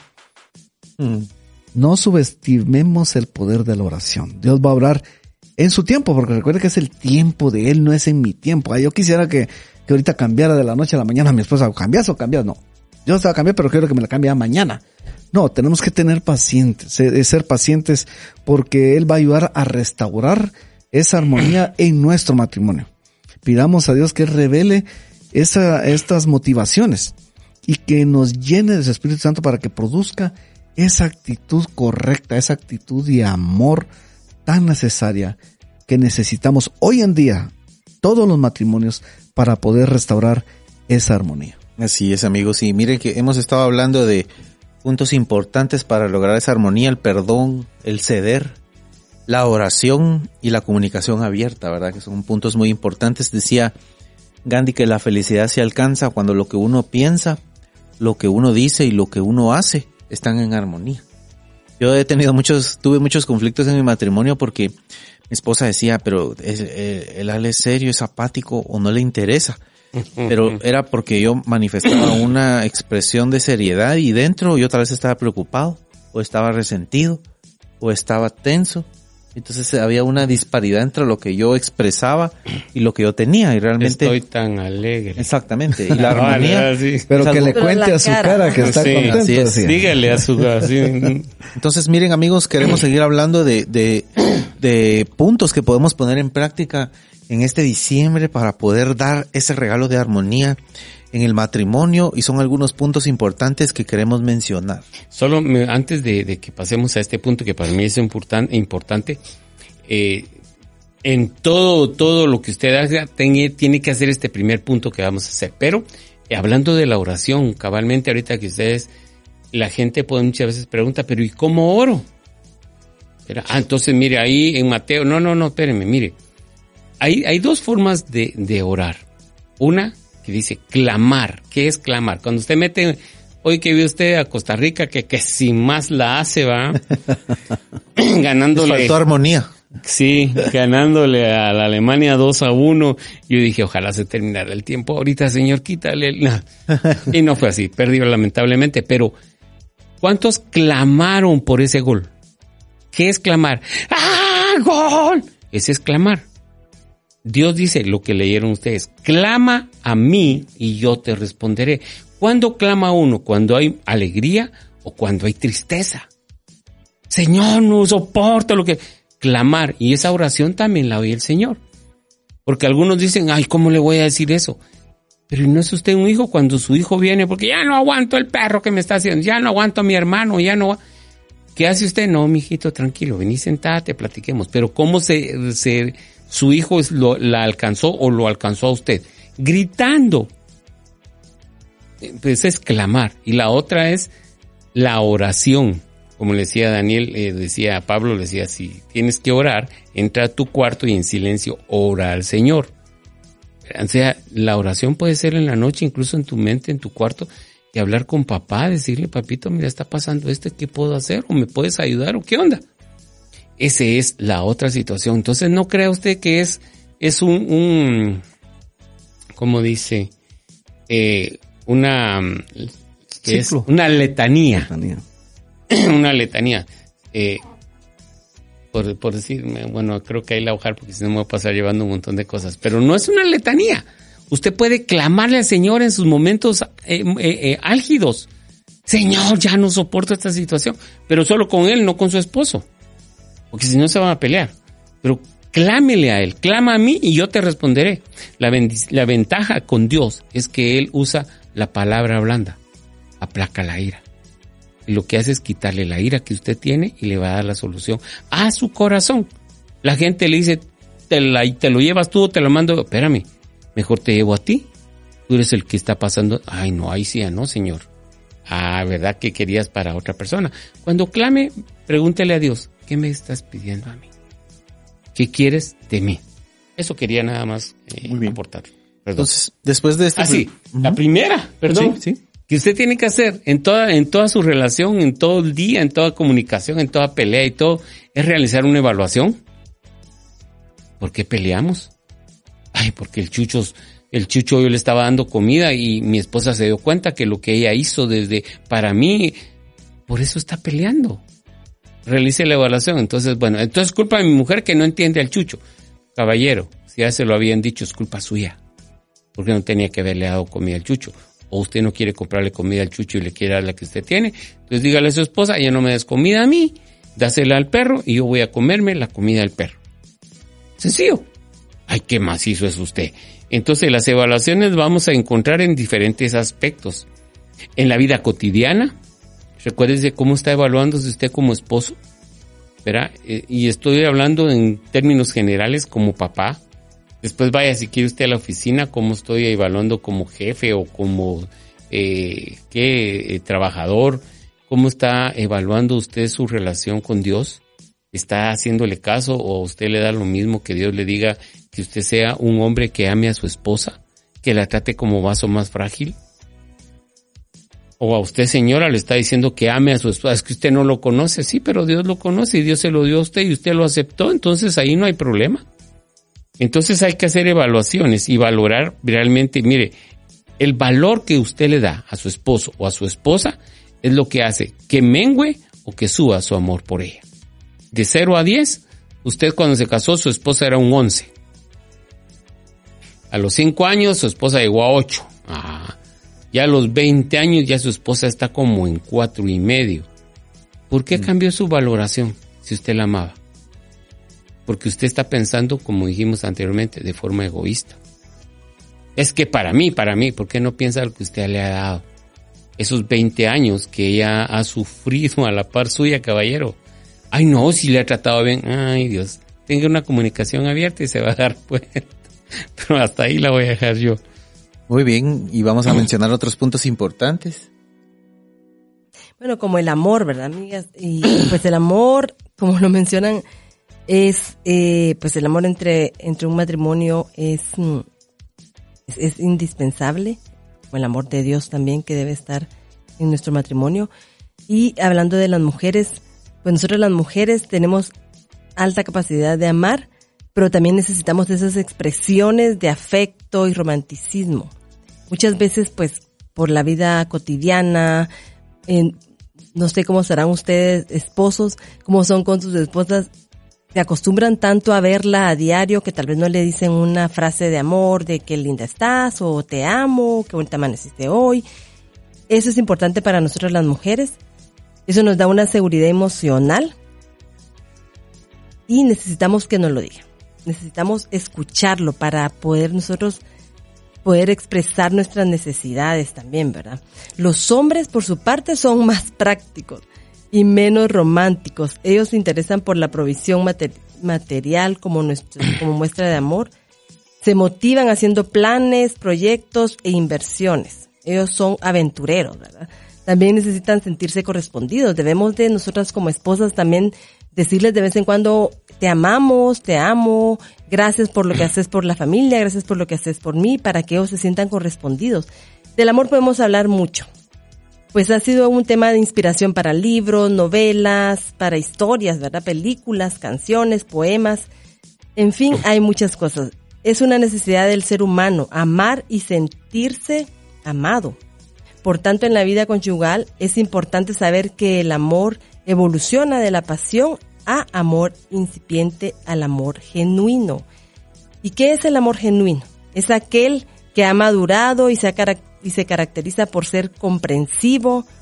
No subestimemos el poder de la oración. Dios va a orar en su tiempo, porque recuerde que es el tiempo de Él, no es en mi tiempo. Yo quisiera que ahorita cambiara de la noche a la mañana a mi esposa. ¿Cambias o cambias? No. Yo estaba a cambiar, pero quiero que me la cambie mañana. No, tenemos que tener ser pacientes, porque Él va a ayudar a restaurar esa armonía en nuestro matrimonio. Pidamos a Dios que revele estas motivaciones y que nos llene de su Espíritu Santo para que produzca esa actitud correcta, esa actitud de amor tan necesaria que necesitamos hoy en día todos los matrimonios para poder restaurar esa armonía. Así es, amigos, y miren que hemos estado hablando de puntos importantes para lograr esa armonía: el perdón, el ceder, la oración y la comunicación abierta, ¿verdad? Que son puntos muy importantes. Decía Gandhi que la felicidad se alcanza cuando lo que uno piensa, lo que uno dice y lo que uno hace están en armonía. Yo tuve muchos conflictos en mi matrimonio porque mi esposa decía, pero él es serio, es apático o no le interesa. Pero era porque yo manifestaba una expresión de seriedad y dentro yo tal vez estaba preocupado o estaba resentido o estaba tenso. Entonces había una disparidad entre lo que yo expresaba y lo que yo tenía, y realmente estoy tan alegre. Exactamente. Y la armonía, pero que le cuente a su cara que está contento. Así es. Dígale a su cara. Sí. Entonces, miren, amigos, queremos seguir hablando de puntos que podemos poner en práctica en este diciembre para poder dar ese regalo de armonía en el matrimonio, y son algunos puntos importantes que queremos mencionar. Solo antes de que pasemos a este punto que para mí es importante, en todo lo que usted haga tiene que hacer este primer punto que vamos a hacer. Pero hablando de la oración, cabalmente ahorita que la gente muchas veces pregunta, pero ¿y cómo oro? Entonces mire, ahí en Mateo, no, espérenme, mire, hay dos formas de orar. Una que dice clamar. ¿Qué es clamar? Cuando usted mete, hoy que vio usted a Costa Rica, que sin más la hace, va ganándole. Faltó armonía. Sí, ganándole a la Alemania 2-1. Yo dije, ojalá se terminara el tiempo. Ahorita, señor, quítale. Y no fue así, perdió lamentablemente. Pero, ¿cuántos clamaron por ese gol? ¿Qué es clamar? ¡Ah, gol! Ese es clamar. Dios dice lo que leyeron ustedes: clama a mí y yo te responderé. ¿Cuándo clama uno? ¿Cuando hay alegría o cuando hay tristeza? Señor, no soporto lo que... Clamar, y esa oración también la oye el Señor. Porque algunos dicen, ay, ¿cómo le voy a decir eso? Pero ¿no es usted un hijo cuando su hijo viene? Porque ya no aguanto el perro que me está haciendo, ya no aguanto a mi hermano, ya no... ¿Qué hace usted? No, mijito, tranquilo, vení, sentate, platiquemos. Pero ¿cómo su hijo la alcanzó o lo alcanzó a usted? Gritando. Pues es clamar. Y la otra es la oración. Como le decía Daniel, decía Pablo, le decía, si tienes que orar, entra a tu cuarto y en silencio ora al Señor. O sea, la oración puede ser en la noche, incluso en tu mente, en tu cuarto, y hablar con papá, decirle, papito, mira, está pasando esto, ¿qué puedo hacer? ¿O me puedes ayudar? ¿O qué onda? Esa es la otra situación. Entonces, no crea usted que es un ¿cómo dice? Una letanía. Una letanía. Por decirme, bueno, creo que ahí la hojar porque si no me voy a pasar llevando un montón de cosas. Pero no es una letanía. Usted puede clamarle al Señor en sus momentos álgidos. Señor, ya no soporto esta situación. Pero solo con Él, no con su esposo. Porque si no se van a pelear. Pero clámele a Él, clama a mí y yo te responderé. La ventaja con Dios es que Él usa la palabra blanda, aplaca la ira. Y lo que hace es quitarle la ira que usted tiene y le va a dar la solución a su corazón. La gente le dice, te lo llevas tú o te lo mando. Espérame, mejor te llevo a ti. Tú eres el que está pasando. Ay, no, ahí sí, no, Señor. Ah, ¿verdad que querías para otra persona? Cuando clame, pregúntele a Dios, ¿qué me estás pidiendo a mí? ¿Qué quieres de mí? Eso quería nada más aportar. Perdón. Entonces, después de esto... sí, la primera, perdón. Sí. Que usted tiene que hacer en toda su relación, en todo el día, en toda comunicación, en toda pelea y todo, es realizar una evaluación. ¿Por qué peleamos? Ay, porque el Chucho yo le estaba dando comida y mi esposa se dio cuenta que lo que ella hizo para mí, por eso está peleando. Realice la evaluación. Entonces, es culpa de mi mujer que no entiende al Chucho. Caballero, si ya se lo habían dicho, es culpa suya. Porque no tenía que haberle dado comida al Chucho. O usted no quiere comprarle comida al Chucho y le quiere dar la que usted tiene. Entonces dígale a su esposa, ya no me des comida a mí, dásela al perro y yo voy a comerme la comida del perro. Sencillo. Ay, qué macizo es usted. Entonces las evaluaciones vamos a encontrar en diferentes aspectos. En la vida cotidiana, recuérdese cómo está evaluándose usted como esposo, ¿verdad? Y estoy hablando en términos generales como papá. Después vaya, si quiere usted a la oficina, cómo estoy evaluando como jefe o como trabajador, cómo está evaluando usted su relación con Dios. ¿Está haciéndole caso o a usted le da lo mismo que Dios le diga que usted sea un hombre que ame a su esposa, que la trate como vaso más frágil? O a usted, señora, le está diciendo que ame a su esposa, es que usted no lo conoce. Sí, pero Dios lo conoce y Dios se lo dio a usted y usted lo aceptó, entonces ahí no hay problema. Entonces hay que hacer evaluaciones y valorar realmente, mire, el valor que usted le da a su esposo o a su esposa es lo que hace que mengue o que suba su amor por ella. De 0 a 10, usted cuando se casó, su esposa era un 11. A los 5 años, su esposa llegó a 8. Ya a los 20 años, ya su esposa está como en 4.5. ¿Por qué cambió su valoración si usted la amaba? Porque usted está pensando, como dijimos anteriormente, de forma egoísta. Es que para mí, ¿por qué no piensa lo que usted le ha dado? Esos 20 años que ella ha sufrido a la par suya, caballero. Ay, no, si le ha tratado bien. Ay, Dios. Tenga una comunicación abierta y se va a dar cuenta. Pero hasta ahí la voy a dejar yo. Muy bien, y vamos a mencionar otros puntos importantes. Bueno, como el amor, ¿verdad, amigas? Y pues el amor, como lo mencionan, es, pues el amor entre un matrimonio es indispensable. O el amor de Dios también que debe estar en nuestro matrimonio. Y hablando de las mujeres, pues nosotros las mujeres tenemos alta capacidad de amar, pero también necesitamos esas expresiones de afecto y romanticismo. Muchas veces, pues, por la vida cotidiana, no sé cómo serán ustedes, esposos, cómo son con sus esposas, se acostumbran tanto a verla a diario que tal vez no le dicen una frase de amor, de qué linda estás, o te amo, qué bonita amaneciste hoy. Eso es importante para nosotros las mujeres. Eso nos da una seguridad emocional y necesitamos que nos lo digan. Necesitamos escucharlo para poder nosotros poder expresar nuestras necesidades también, ¿verdad? Los hombres, por su parte, son más prácticos y menos románticos. Ellos se interesan por la provisión material como muestra de amor. Se motivan haciendo planes, proyectos e inversiones. Ellos son aventureros, ¿verdad? También necesitan sentirse correspondidos. Debemos de nosotras como esposas también decirles de vez en cuando, te amamos, te amo, gracias por lo que haces por la familia, gracias por lo que haces por mí, para que ellos se sientan correspondidos. Del amor podemos hablar mucho. Pues ha sido un tema de inspiración para libros, novelas, para historias, ¿verdad? Películas, canciones, poemas. En fin, hay muchas cosas. Es una necesidad del ser humano, amar y sentirse amado. Por tanto, en la vida conyugal es importante saber que el amor evoluciona de la pasión a amor incipiente al amor genuino. ¿Y qué es el amor genuino? Es aquel que ha madurado y se caracteriza por ser comprensivo,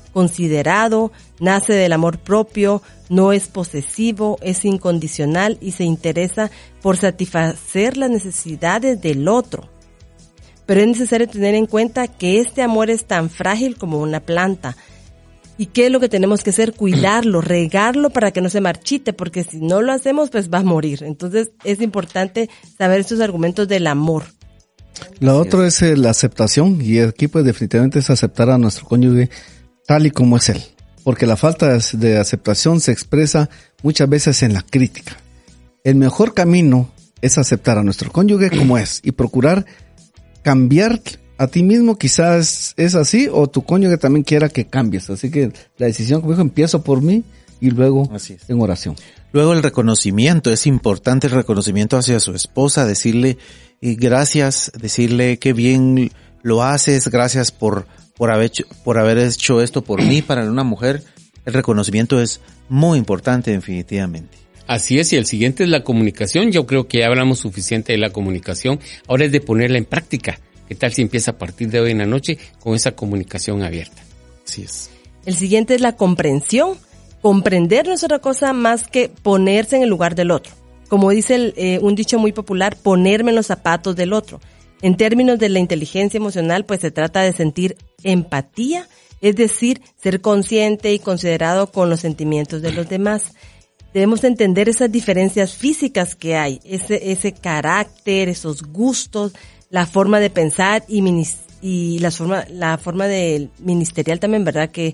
considerado, nace del amor propio, no es posesivo, es incondicional y se interesa por satisfacer las necesidades del otro. Pero es necesario tener en cuenta que este amor es tan frágil como una planta. ¿Y qué es lo que tenemos que hacer? Cuidarlo, regarlo para que no se marchite, porque si no lo hacemos, pues va a morir. Entonces es importante saber estos argumentos del amor. Lo otro es la aceptación, y aquí pues definitivamente es aceptar a nuestro cónyuge tal y como es él. Porque la falta de aceptación se expresa muchas veces en la crítica. El mejor camino es aceptar a nuestro cónyuge como es y procurar cambiar a ti mismo. Quizás es así, o tu cónyuge también quiera que cambies. Así que la decisión, como dijo, empiezo por mí y luego en oración. Luego el reconocimiento, es importante el reconocimiento hacia su esposa, decirle gracias, decirle qué bien lo haces, gracias por haber hecho esto por mí. Para una mujer el reconocimiento es muy importante definitivamente. Así es, y el siguiente es la comunicación. Yo creo que ya hablamos suficiente de la comunicación, ahora es de ponerla en práctica. ¿Qué tal si empieza a partir de hoy en la noche con esa comunicación abierta? Así es. El siguiente es la comprensión. Comprender no es otra cosa más que ponerse en el lugar del otro. Como dice un dicho muy popular, ponerme en los zapatos del otro. En términos de la inteligencia emocional, pues se trata de sentir empatía, es decir, ser consciente y considerado con los sentimientos de los demás. Debemos entender esas diferencias físicas que hay, ese carácter, esos gustos, la forma de pensar y la forma de ministerial también, ¿verdad? Que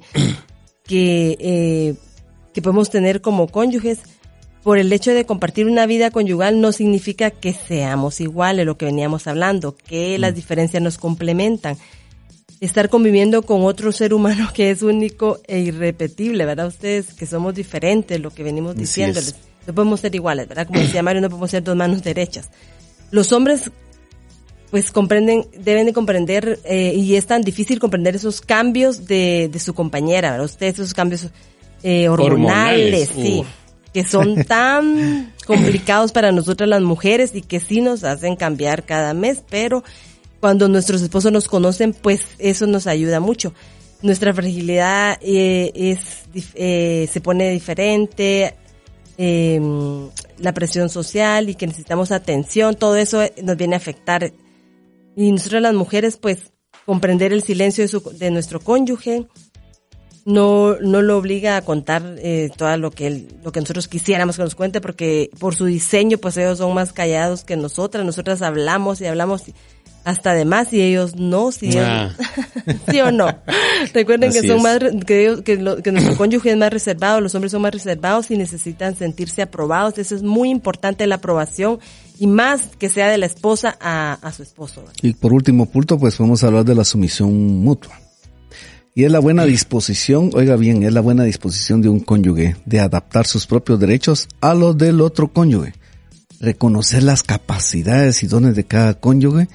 podemos tener como cónyuges. Por el hecho de compartir una vida conyugal no significa que seamos iguales, lo que veníamos hablando, que las diferencias nos complementan. Estar conviviendo con otro ser humano que es único e irrepetible, ¿verdad? Ustedes que somos diferentes, lo que venimos diciéndoles. No podemos ser iguales, ¿verdad? Como decía Mario, no podemos ser dos manos derechas. Los hombres pues deben de comprender, y es tan difícil comprender esos cambios de su compañera, ¿verdad? Ustedes, esos cambios hormonales, sí, que son tan complicados para nosotras las mujeres y que sí nos hacen cambiar cada mes, pero cuando nuestros esposos nos conocen, pues eso nos ayuda mucho. Nuestra fragilidad se pone diferente, la presión social y que necesitamos atención, todo eso nos viene a afectar. Y nosotras las mujeres, pues, comprender el silencio de nuestro cónyuge no lo obliga a contar todo lo que nosotros quisiéramos que nos cuente, porque por su diseño, pues ellos son más callados que nosotras. Nosotras hablamos y hablamos hasta de más y ellos no, ¿sí o no? Recuerden que son más, que nuestro cónyuge es más reservado, los hombres son más reservados y necesitan sentirse aprobados. Eso es muy importante, la aprobación, y más que sea de la esposa a su esposo. Y por último punto, pues vamos a hablar de la sumisión mutua. Y es la buena disposición, oiga bien, es la buena disposición de un cónyuge de adaptar sus propios derechos a los del otro cónyuge. Reconocer las capacidades y dones de cada cónyuge,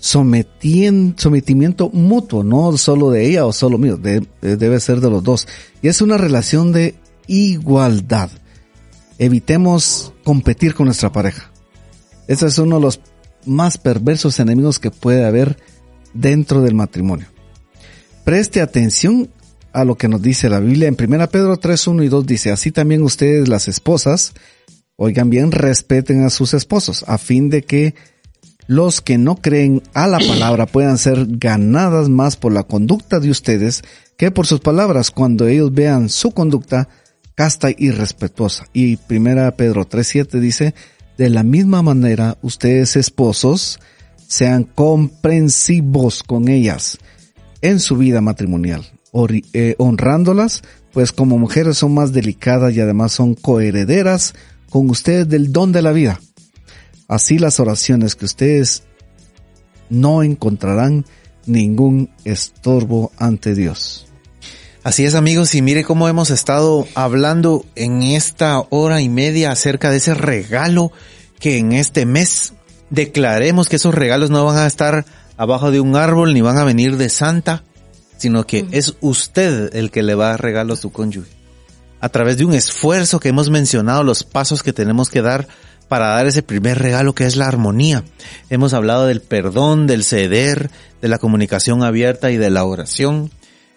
sometimiento mutuo, no solo de ella o solo mío, debe ser de los dos. Y es una relación de igualdad. Evitemos competir con nuestra pareja. Ese es uno de los más perversos enemigos que puede haber dentro del matrimonio. Preste atención a lo que nos dice la Biblia en 1 Pedro 3, 1 y 2 dice, así también ustedes las esposas, oigan bien, respeten a sus esposos, a fin de que los que no creen a la palabra puedan ser ganadas más por la conducta de ustedes que por sus palabras, cuando ellos vean su conducta casta y respetuosa. Y 1 Pedro 3, 7 dice, de la misma manera, ustedes esposos sean comprensivos con ellas en su vida matrimonial, honrándolas, pues como mujeres son más delicadas y además son coherederas con ustedes del don de la vida. Así las oraciones que ustedes no encontrarán ningún estorbo ante Dios. Así es, amigos, y mire cómo hemos estado hablando en esta hora y media acerca de ese regalo que en este mes declaremos que esos regalos no van a estar abajo de un árbol ni van a venir de Santa, sino que es usted el que le va a dar regalo a su cónyuge. A través de un esfuerzo que hemos mencionado, los pasos que tenemos que dar para dar ese primer regalo que es la armonía. Hemos hablado del perdón, del ceder, de la comunicación abierta y de la oración.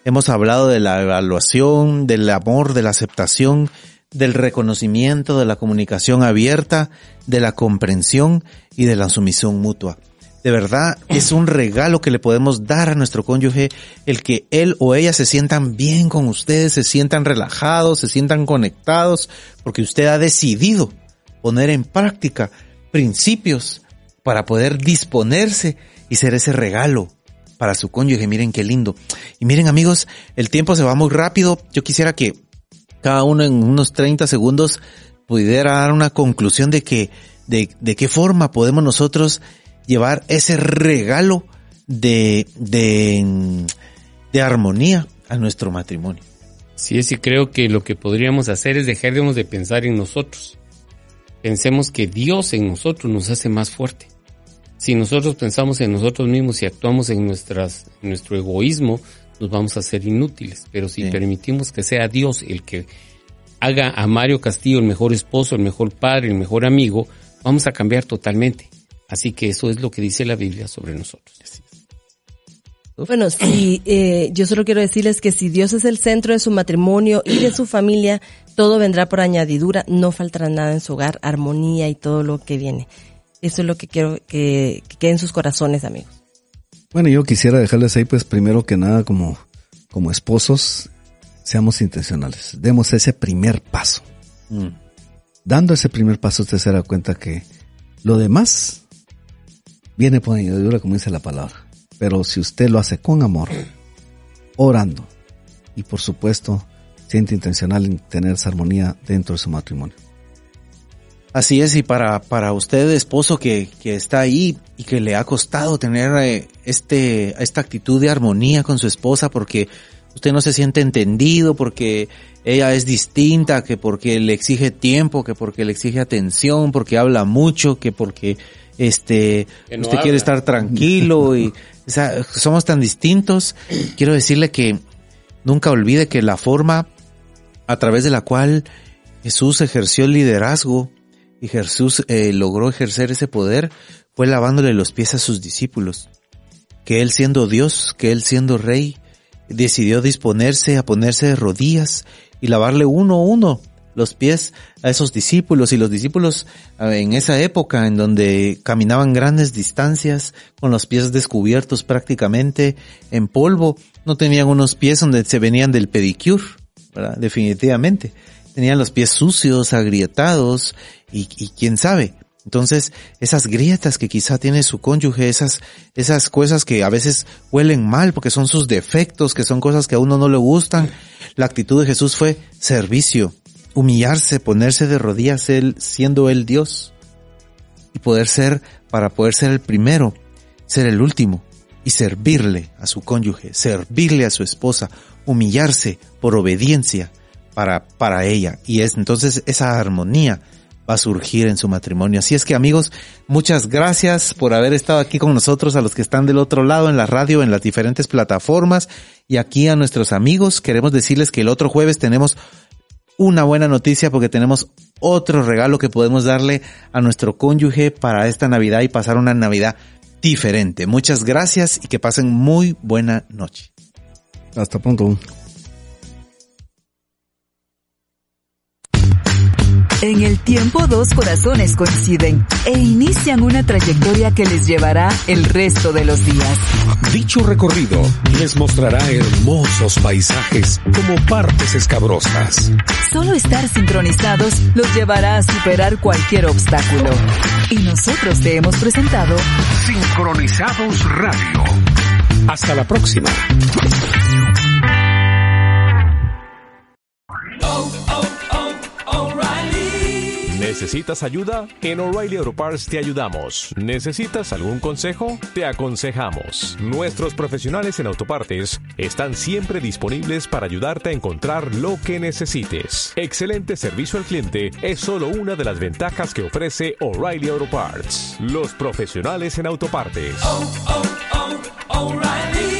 Hemos hablado de la evaluación, del amor, de la aceptación, del reconocimiento, de la comunicación abierta, de la comprensión y de la sumisión mutua. De verdad, es un regalo que le podemos dar a nuestro cónyuge el que él o ella se sientan bien con ustedes, se sientan relajados, se sientan conectados, porque usted ha decidido poner en práctica principios para poder disponerse y ser ese regalo para su cónyuge. Miren qué lindo. Y miren, amigos, el tiempo se va muy rápido. Yo quisiera que cada uno en unos 30 segundos pudiera dar una conclusión de qué forma podemos nosotros llevar ese regalo de armonía a nuestro matrimonio. Sí, y creo que lo que podríamos hacer es dejarnos de pensar en nosotros. Pensemos que Dios en nosotros nos hace más fuerte. Si nosotros pensamos en nosotros mismos y actuamos en nuestro egoísmo, nos vamos a hacer inútiles. Pero si permitimos que sea Dios el que haga a Mario Castillo el mejor esposo, el mejor padre, el mejor amigo, vamos a cambiar totalmente. Así que eso es lo que dice la Biblia sobre nosotros. Bueno, sí, yo solo quiero decirles que si Dios es el centro de su matrimonio y de su familia, todo vendrá por añadidura, no faltará nada en su hogar, armonía y todo lo que viene. Eso es lo que quiero que quede en sus corazones, amigos. Bueno, yo quisiera dejarles ahí, pues, primero que nada, como esposos, seamos intencionales. Demos ese primer paso. Dando ese primer paso, usted se dará cuenta que lo demás viene por añadidura, como dice la palabra. Pero si usted lo hace con amor, orando, y por supuesto, siente intencional en tener esa armonía dentro de su matrimonio. Así es, y para usted, esposo, que está ahí y que le ha costado tener esta actitud de armonía con su esposa porque usted no se siente entendido, porque ella es distinta, que porque le exige tiempo, que porque le exige atención, porque habla mucho, que porque usted quiere estar tranquilo y o sea, somos tan distintos. Quiero decirle que nunca olvide que la forma a través de la cual Jesús ejerció el liderazgo y Jesús logró ejercer ese poder fue lavándole los pies a sus discípulos. Que Él siendo Dios, que Él siendo Rey, decidió disponerse a ponerse de rodillas y lavarle uno a uno los pies a esos discípulos. Y los discípulos en esa época en donde caminaban grandes distancias con los pies descubiertos prácticamente en polvo, no tenían unos pies donde se venían del pedicure, ¿verdad? Definitivamente. Tenían los pies sucios, agrietados y quién sabe. Entonces, esas grietas que quizá tiene su cónyuge, esas cosas que a veces huelen mal porque son sus defectos, que son cosas que a uno no le gustan. La actitud de Jesús fue servicio, humillarse, ponerse de rodillas, Él siendo Él Dios. Y para poder ser el primero, ser el último y servirle a su cónyuge, servirle a su esposa, humillarse por obediencia para ella. Y entonces esa armonía va a surgir en su matrimonio. Así es que, amigos, muchas gracias por haber estado aquí con nosotros, a los que están del otro lado en la radio, en las diferentes plataformas, y aquí a nuestros amigos queremos decirles que el otro jueves tenemos una buena noticia porque tenemos otro regalo que podemos darle a nuestro cónyuge para esta Navidad y pasar una Navidad diferente. Muchas gracias y que pasen muy buena noche. Hasta pronto. En el tiempo, dos corazones coinciden e inician una trayectoria que les llevará el resto de los días. Dicho recorrido les mostrará hermosos paisajes como partes escabrosas. Solo estar sincronizados los llevará a superar cualquier obstáculo. Y nosotros te hemos presentado Sincronizados Radio. Hasta la próxima. ¿Necesitas ayuda? En O'Reilly Auto Parts te ayudamos. ¿Necesitas algún consejo? Te aconsejamos. Nuestros profesionales en autopartes están siempre disponibles para ayudarte a encontrar lo que necesites. Excelente servicio al cliente es solo una de las ventajas que ofrece O'Reilly Auto Parts. Los profesionales en autopartes. O'Reilly.